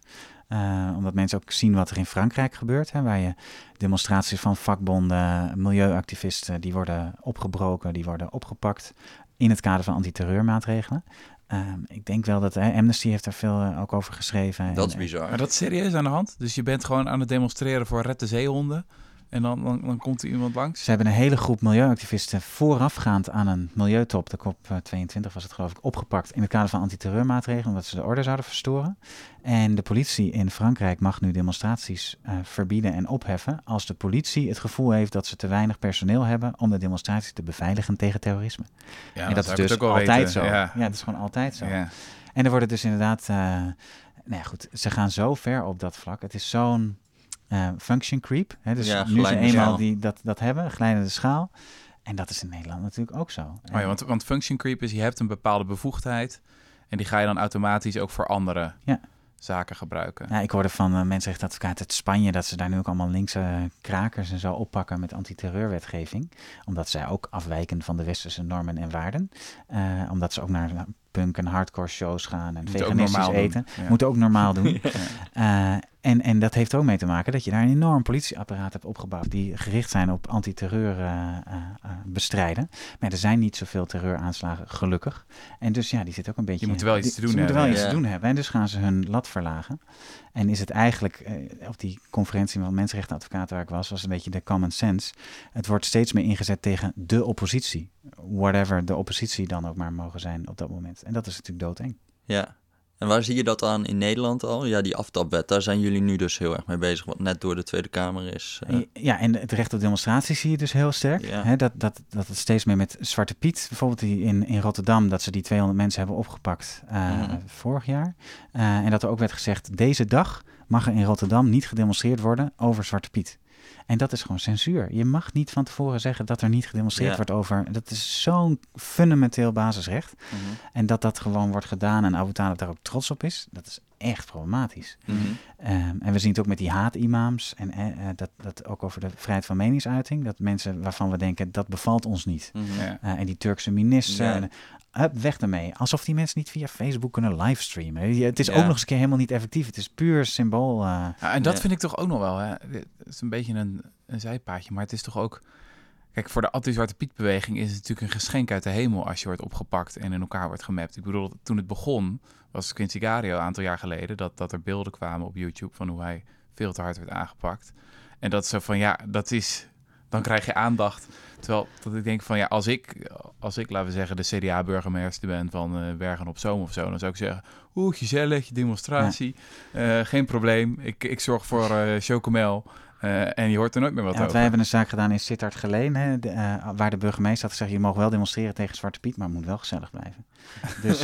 Uh, omdat mensen ook zien wat er in Frankrijk gebeurt. Hè, waar je demonstraties van vakbonden, milieuactivisten, die worden opgebroken, die worden opgepakt in het kader van antiterreurmaatregelen. Uh, ik denk wel dat hè, Amnesty heeft daar veel uh, ook over geschreven. Dat en, is bizar. Maar dat is serieus aan de hand? Dus je bent gewoon aan het demonstreren voor Red de Zeehonden en dan, dan, dan komt er iemand langs? Ze hebben een hele groep milieuactivisten voorafgaand aan een milieutop, de COP tweeëntwintig was het geloof ik, opgepakt in het kader van antiterreurmaatregelen, omdat ze de orde zouden verstoren. En de politie in Frankrijk mag nu demonstraties uh, verbieden en opheffen als de politie het gevoel heeft dat ze te weinig personeel hebben om de demonstraties te beveiligen tegen terrorisme. Ja, en dat is dus altijd weten. zo. Ja. ja, dat is gewoon altijd zo. Ja. En er worden dus inderdaad, uh, nou ja goed, ze gaan zo ver op dat vlak. Het is zo'n uh, function creep. Hè? Dus ja, nu ze eenmaal die dat, dat hebben, glijdende schaal. En dat is in Nederland natuurlijk ook zo. Oh ja, want, want function creep is, je hebt een bepaalde bevoegdheid en die ga je dan automatisch ook voor andere ja. zaken gebruiken. Ja, ik hoorde van uh, mensenrechtenadvocaten uit Spanje dat ze daar nu ook allemaal linkse uh, krakers en zo oppakken met antiterreurwetgeving. Omdat zij ook afwijken van de westerse normen en waarden. Uh, omdat ze ook naar uh, punk en hardcore shows gaan en Moet veganistisch eten. Ja. Moeten ook normaal doen. ja. uh, en, en dat heeft ook mee te maken dat je daar een enorm politieapparaat hebt opgebouwd die gericht zijn op antiterreur uh, uh, uh, bestrijden. Maar er zijn niet zoveel terreuraanslagen, gelukkig. En dus ja, die zit ook een beetje... Je moet er wel iets te doen ze hebben. moeten wel ja. iets te doen hebben. En dus gaan ze hun lat verlagen. En is het eigenlijk, uh, op die conferentie van mensenrechtenadvocaten waar ik was, was een beetje de common sense. Het wordt steeds meer ingezet tegen de oppositie. Whatever de oppositie dan ook maar mogen zijn op dat moment. En dat is natuurlijk doodeng. Ja. En waar zie je dat aan in Nederland al? Ja, die aftapwet, daar zijn jullie nu dus heel erg mee bezig, wat net door de Tweede Kamer is. Uh... Ja, en het recht op demonstratie zie je dus heel sterk. Ja. Hè, dat, dat, dat het steeds meer met Zwarte Piet, bijvoorbeeld die in, in Rotterdam, dat ze die tweehonderd mensen hebben opgepakt uh, mm-hmm. vorig jaar. Uh, en dat er ook werd gezegd, deze dag mag er in Rotterdam niet gedemonstreerd worden over Zwarte Piet. En dat is gewoon censuur. Je mag niet van tevoren zeggen dat er niet gedemonstreerd ja. wordt over... Dat is zo'n fundamenteel basisrecht. Mm-hmm. En dat dat gewoon wordt gedaan en Abu Talib daar ook trots op is, dat is echt problematisch. Mm-hmm. Um, en we zien het ook met die haatimams en uh, dat, dat ook over de vrijheid van meningsuiting. Dat mensen waarvan we denken, dat bevalt ons niet. Mm-hmm. Uh, en die Turkse minister... Ja. En, Hup, weg ermee. Alsof die mensen niet via Facebook kunnen livestreamen. Het is ja. ook nog eens een keer helemaal niet effectief. Het is puur symbool. Uh, ja, en dat ja. vind ik toch ook nog wel. Hè? Het is een beetje een, een zijpaadje, maar het is toch ook... Kijk, voor de anti-Zwarte Piet-beweging is het natuurlijk een geschenk uit de hemel als je wordt opgepakt en in elkaar wordt gemapt. Ik bedoel, toen het begon, was Quincy Gario een aantal jaar geleden, dat, dat er beelden kwamen op YouTube van hoe hij veel te hard werd aangepakt. En dat zo van, ja, dat is... Dan krijg je aandacht. Terwijl dat ik denk van ja, als ik, als ik laten we zeggen, de C D A-burgemeester ben van uh, Bergen op Zoom of zo, dan zou ik zeggen, oeh, gezellig, demonstratie, ja. uh, geen probleem. Ik, ik zorg voor uh, chocomel. Uh, en je hoort er nooit meer wat ja, over. Wij hebben een zaak gedaan in Sittard-Geleen, hè, de, uh, waar de burgemeester had gezegd, je mag wel demonstreren tegen Zwarte Piet, maar het moet wel gezellig blijven. Dus,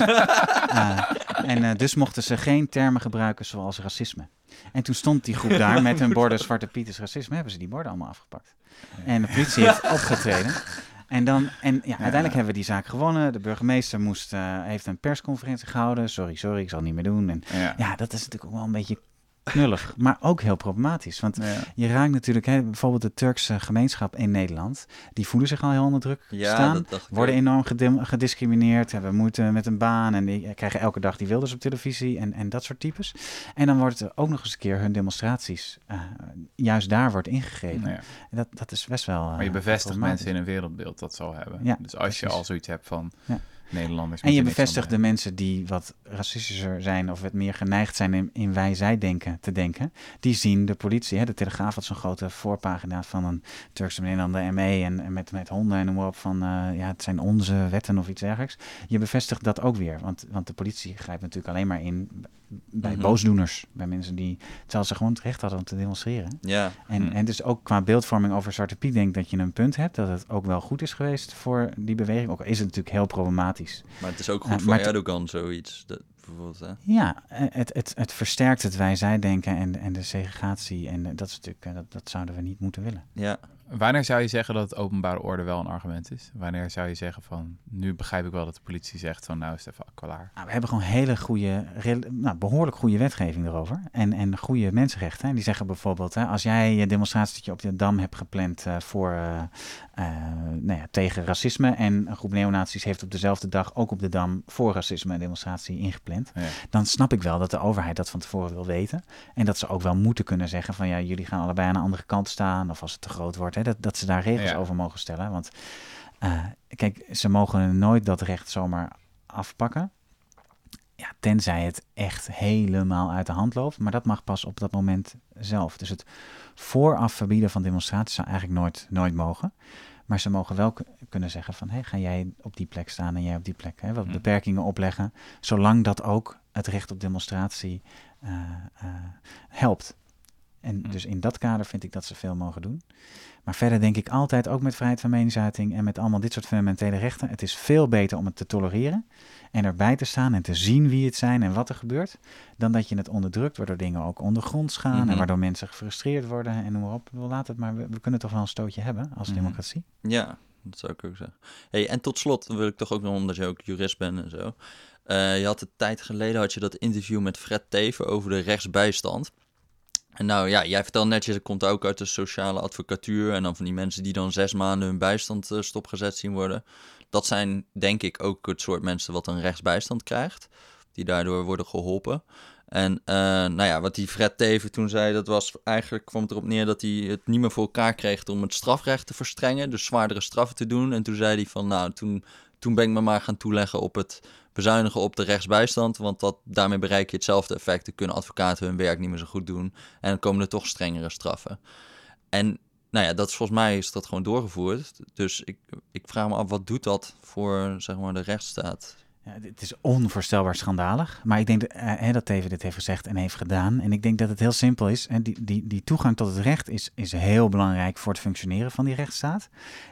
uh, en uh, dus mochten ze geen termen gebruiken zoals racisme. En toen stond die groep daar met hun borden Zwarte Piet is racisme, hebben ze die borden allemaal afgepakt. En de politie heeft opgetreden. En, dan, en ja, uiteindelijk hebben we die zaak gewonnen. De burgemeester moest, uh, heeft een persconferentie gehouden. Sorry, sorry, ik zal het niet meer doen. En ja. ja, dat is natuurlijk ook wel een beetje knullig, maar ook heel problematisch. Want ja. je raakt natuurlijk, hè, bijvoorbeeld de Turkse gemeenschap in Nederland, die voelen zich al heel onder druk ja, staan, worden enorm gedem- gediscrimineerd, hebben moeite met een baan en die krijgen elke dag die Wilders op televisie en, en dat soort types. En dan wordt er ook nog eens een keer hun demonstraties, uh, juist daar wordt ingegrepen. Ja. En dat, dat is best wel... Uh, maar je bevestigt mensen in een wereldbeeld dat zo hebben. Ja, dus als je al zoiets hebt van... Ja. Nederlanders. En je bevestigt de mensen die wat racistischer zijn of wat meer geneigd zijn in, in wij-zij denken te denken. Die zien de politie. Hè? De Telegraaf had zo'n grote voorpagina van een Turkse meneer aan de M E en, en met, met honden en noem maar op van uh, ja, het zijn onze wetten of iets dergelijks. Je bevestigt dat ook weer. Want, want de politie grijpt natuurlijk alleen maar in bij mm-hmm. boosdoeners. Bij mensen die, terwijl ze gewoon het recht hadden om te demonstreren. Ja. En, mm. en dus ook qua beeldvorming over Zwarte Piet denk dat je een punt hebt. Dat het ook wel goed is geweest voor die beweging. Ook is het natuurlijk heel problematisch. Maar het is ook goed uh, voor Erdogan, zoiets. Dat, bijvoorbeeld, hè? Ja, het, het, het versterkt het wij-zij denken en, en de segregatie. En dat is natuurlijk, dat, dat zouden we niet moeten willen. Ja. Wanneer zou je zeggen dat het openbare orde wel een argument is? Wanneer zou je zeggen van, nu begrijp ik wel dat de politie zegt van, nou is het even klaar. Nou, we hebben gewoon hele goede, nou, behoorlijk goede wetgeving erover. En, en goede mensenrechten. En die zeggen bijvoorbeeld, hè, als jij je demonstratie op de Dam hebt gepland uh, voor, uh, uh, nou ja, tegen racisme. En een groep neonazies heeft op dezelfde dag ook op de Dam voor racisme een demonstratie ingepland. Ja. Dan snap ik wel dat de overheid dat van tevoren wil weten. En dat ze ook wel moeten kunnen zeggen van, ja, jullie gaan allebei aan de andere kant staan. Of als het te groot wordt, hè, dat, dat ze daar regels ja. over mogen stellen. Want uh, kijk, ze mogen nooit dat recht zomaar afpakken. Ja, tenzij het echt helemaal uit de hand loopt. Maar dat mag pas op dat moment zelf. Dus het vooraf verbieden van demonstraties zou eigenlijk nooit, nooit mogen. Maar ze mogen wel k- kunnen zeggen van, hey, ga jij op die plek staan en jij op die plek. Hè, wat beperkingen opleggen. Zolang dat ook het recht op demonstratie uh, uh, helpt. En mm. dus in dat kader vind ik dat ze veel mogen doen. Maar verder denk ik altijd, ook met vrijheid van meningsuiting en met allemaal dit soort fundamentele rechten, het is veel beter om het te tolereren en erbij te staan en te zien wie het zijn en wat er gebeurt, dan dat je het onderdrukt, waardoor dingen ook ondergronds gaan mm-hmm. en waardoor mensen gefrustreerd worden en noem maar op. Laat het maar, we, we kunnen toch wel een stootje hebben als mm-hmm. democratie. Ja, dat zou ik ook zeggen. Hey, en tot slot wil ik toch ook nog, omdat je ook jurist bent en zo. Uh, je had een tijd geleden had je dat interview met Fred Teven over de rechtsbijstand. En nou ja, jij vertelt netjes, het komt ook uit de sociale advocatuur en dan van die mensen die dan zes maanden hun bijstand uh, stopgezet zien worden. Dat zijn denk ik ook het soort mensen wat een rechtsbijstand krijgt, die daardoor worden geholpen. En uh, nou ja, wat die Fred Teven toen zei, dat was eigenlijk, kwam het erop neer dat hij het niet meer voor elkaar kreeg om het strafrecht te verstrengen, dus zwaardere straffen te doen. En toen zei hij van, nou, toen, toen ben ik me maar gaan toeleggen op het bezuinigen op de rechtsbijstand, want dat, daarmee bereik je hetzelfde effect. Dan kunnen advocaten hun werk niet meer zo goed doen en dan komen er toch strengere straffen. En nou ja, dat is volgens mij is dat gewoon doorgevoerd. Dus ik, ik vraag me af, wat doet dat voor, zeg maar, de rechtsstaat? Ja, het is onvoorstelbaar schandalig. Maar ik denk dat, uh, dat Teven dit heeft gezegd en heeft gedaan. En ik denk dat het heel simpel is. En die, die, die toegang tot het recht is, is heel belangrijk voor het functioneren van die rechtsstaat.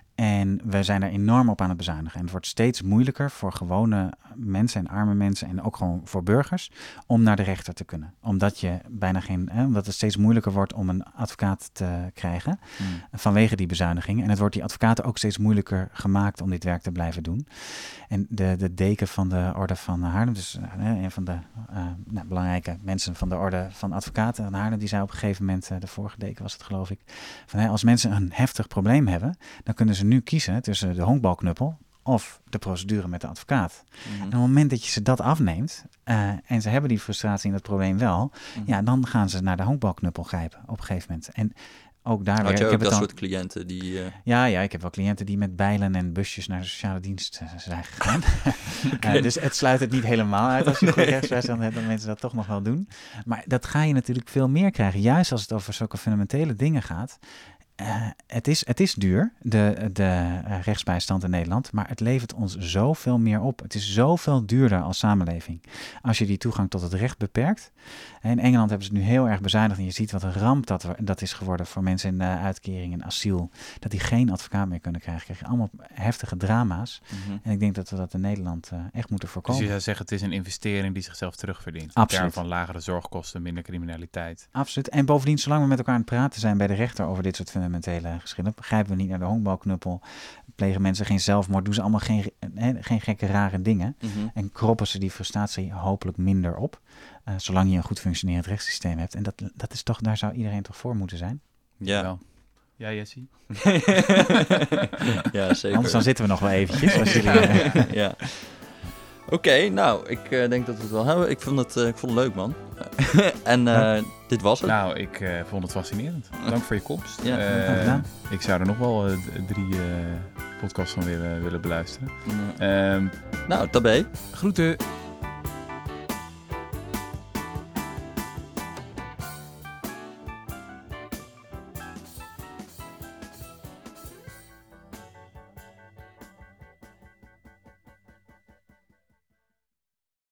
En we zijn er enorm op aan het bezuinigen. En het wordt steeds moeilijker voor gewone mensen en arme mensen en ook gewoon voor burgers om naar de rechter te kunnen. Omdat je bijna geen, hè, omdat het steeds moeilijker wordt om een advocaat te krijgen mm. vanwege die bezuinigingen. En het wordt die advocaten ook steeds moeilijker gemaakt om dit werk te blijven doen. En de, de deken van de Orde van Haarlem, dus uh, een van de uh, nou, belangrijke mensen van de Orde van Advocaten van Haarlem, die zei op een gegeven moment, uh, de vorige deken was het geloof ik, van, hey, als mensen een heftig probleem hebben, dan kunnen ze nu kiezen tussen de honkbalknuppel of de procedure met de advocaat. Mm-hmm. En op het moment dat je ze dat afneemt uh, en ze hebben die frustratie en dat probleem wel, mm-hmm. ja, dan gaan ze naar de honkbalknuppel grijpen op een gegeven moment. En ook daar Had weer, je ook ik heb dat het dan, soort cliënten die... Uh... Ja, ja, ik heb wel cliënten die met bijlen en busjes naar de sociale dienst uh, zijn gegaan. okay. uh, dus het sluit het niet helemaal uit als je goed rechtsbijstand hebt, dat mensen dat toch nog wel doen. Maar dat ga je natuurlijk veel meer krijgen, juist als het over zulke fundamentele dingen gaat. Uh, het, is, het is duur, de, de uh, rechtsbijstand in Nederland, maar het levert ons zoveel meer op. Het is zoveel duurder als samenleving als je die toegang tot het recht beperkt. In Engeland hebben ze het nu heel erg bezuinigd en je ziet wat een ramp dat, dat is geworden voor mensen in uh, uitkering en asiel. Dat die geen advocaat meer kunnen krijgen. Krijg je allemaal heftige drama's. Mm-hmm. En ik denk dat we dat in Nederland uh, echt moeten voorkomen. Dus je zou zeggen, het is een investering die zichzelf terugverdient. Absoluut. In termen van lagere zorgkosten, minder criminaliteit. Absoluut. En bovendien, zolang we met elkaar aan het praten zijn bij de rechter over dit soort fundamentele geschillen, grijpen we niet naar de honkbalknuppel, plegen mensen geen zelfmoord, doen ze allemaal geen, he, geen gekke rare dingen mm-hmm. en kroppen ze die frustratie hopelijk minder op, uh, zolang je een goed functionerend rechtssysteem hebt. En dat, dat is toch, daar zou iedereen toch voor moeten zijn? Ja. Wel. Ja, Jessie? Ja, zeker. Anders dan zitten we nog wel eventjes. Als jullie, uh... ja. Oké, okay, nou, ik uh, denk dat we het wel hebben. Ik vond het, uh, ik vond het leuk, man. en uh, ja. dit was het. Nou, ik uh, vond het fascinerend. Dank voor je komst. Ja. Uh, ik zou er nog wel uh, drie uh, podcasts van willen, willen beluisteren. Uh, um, nou, tabé. Groeten.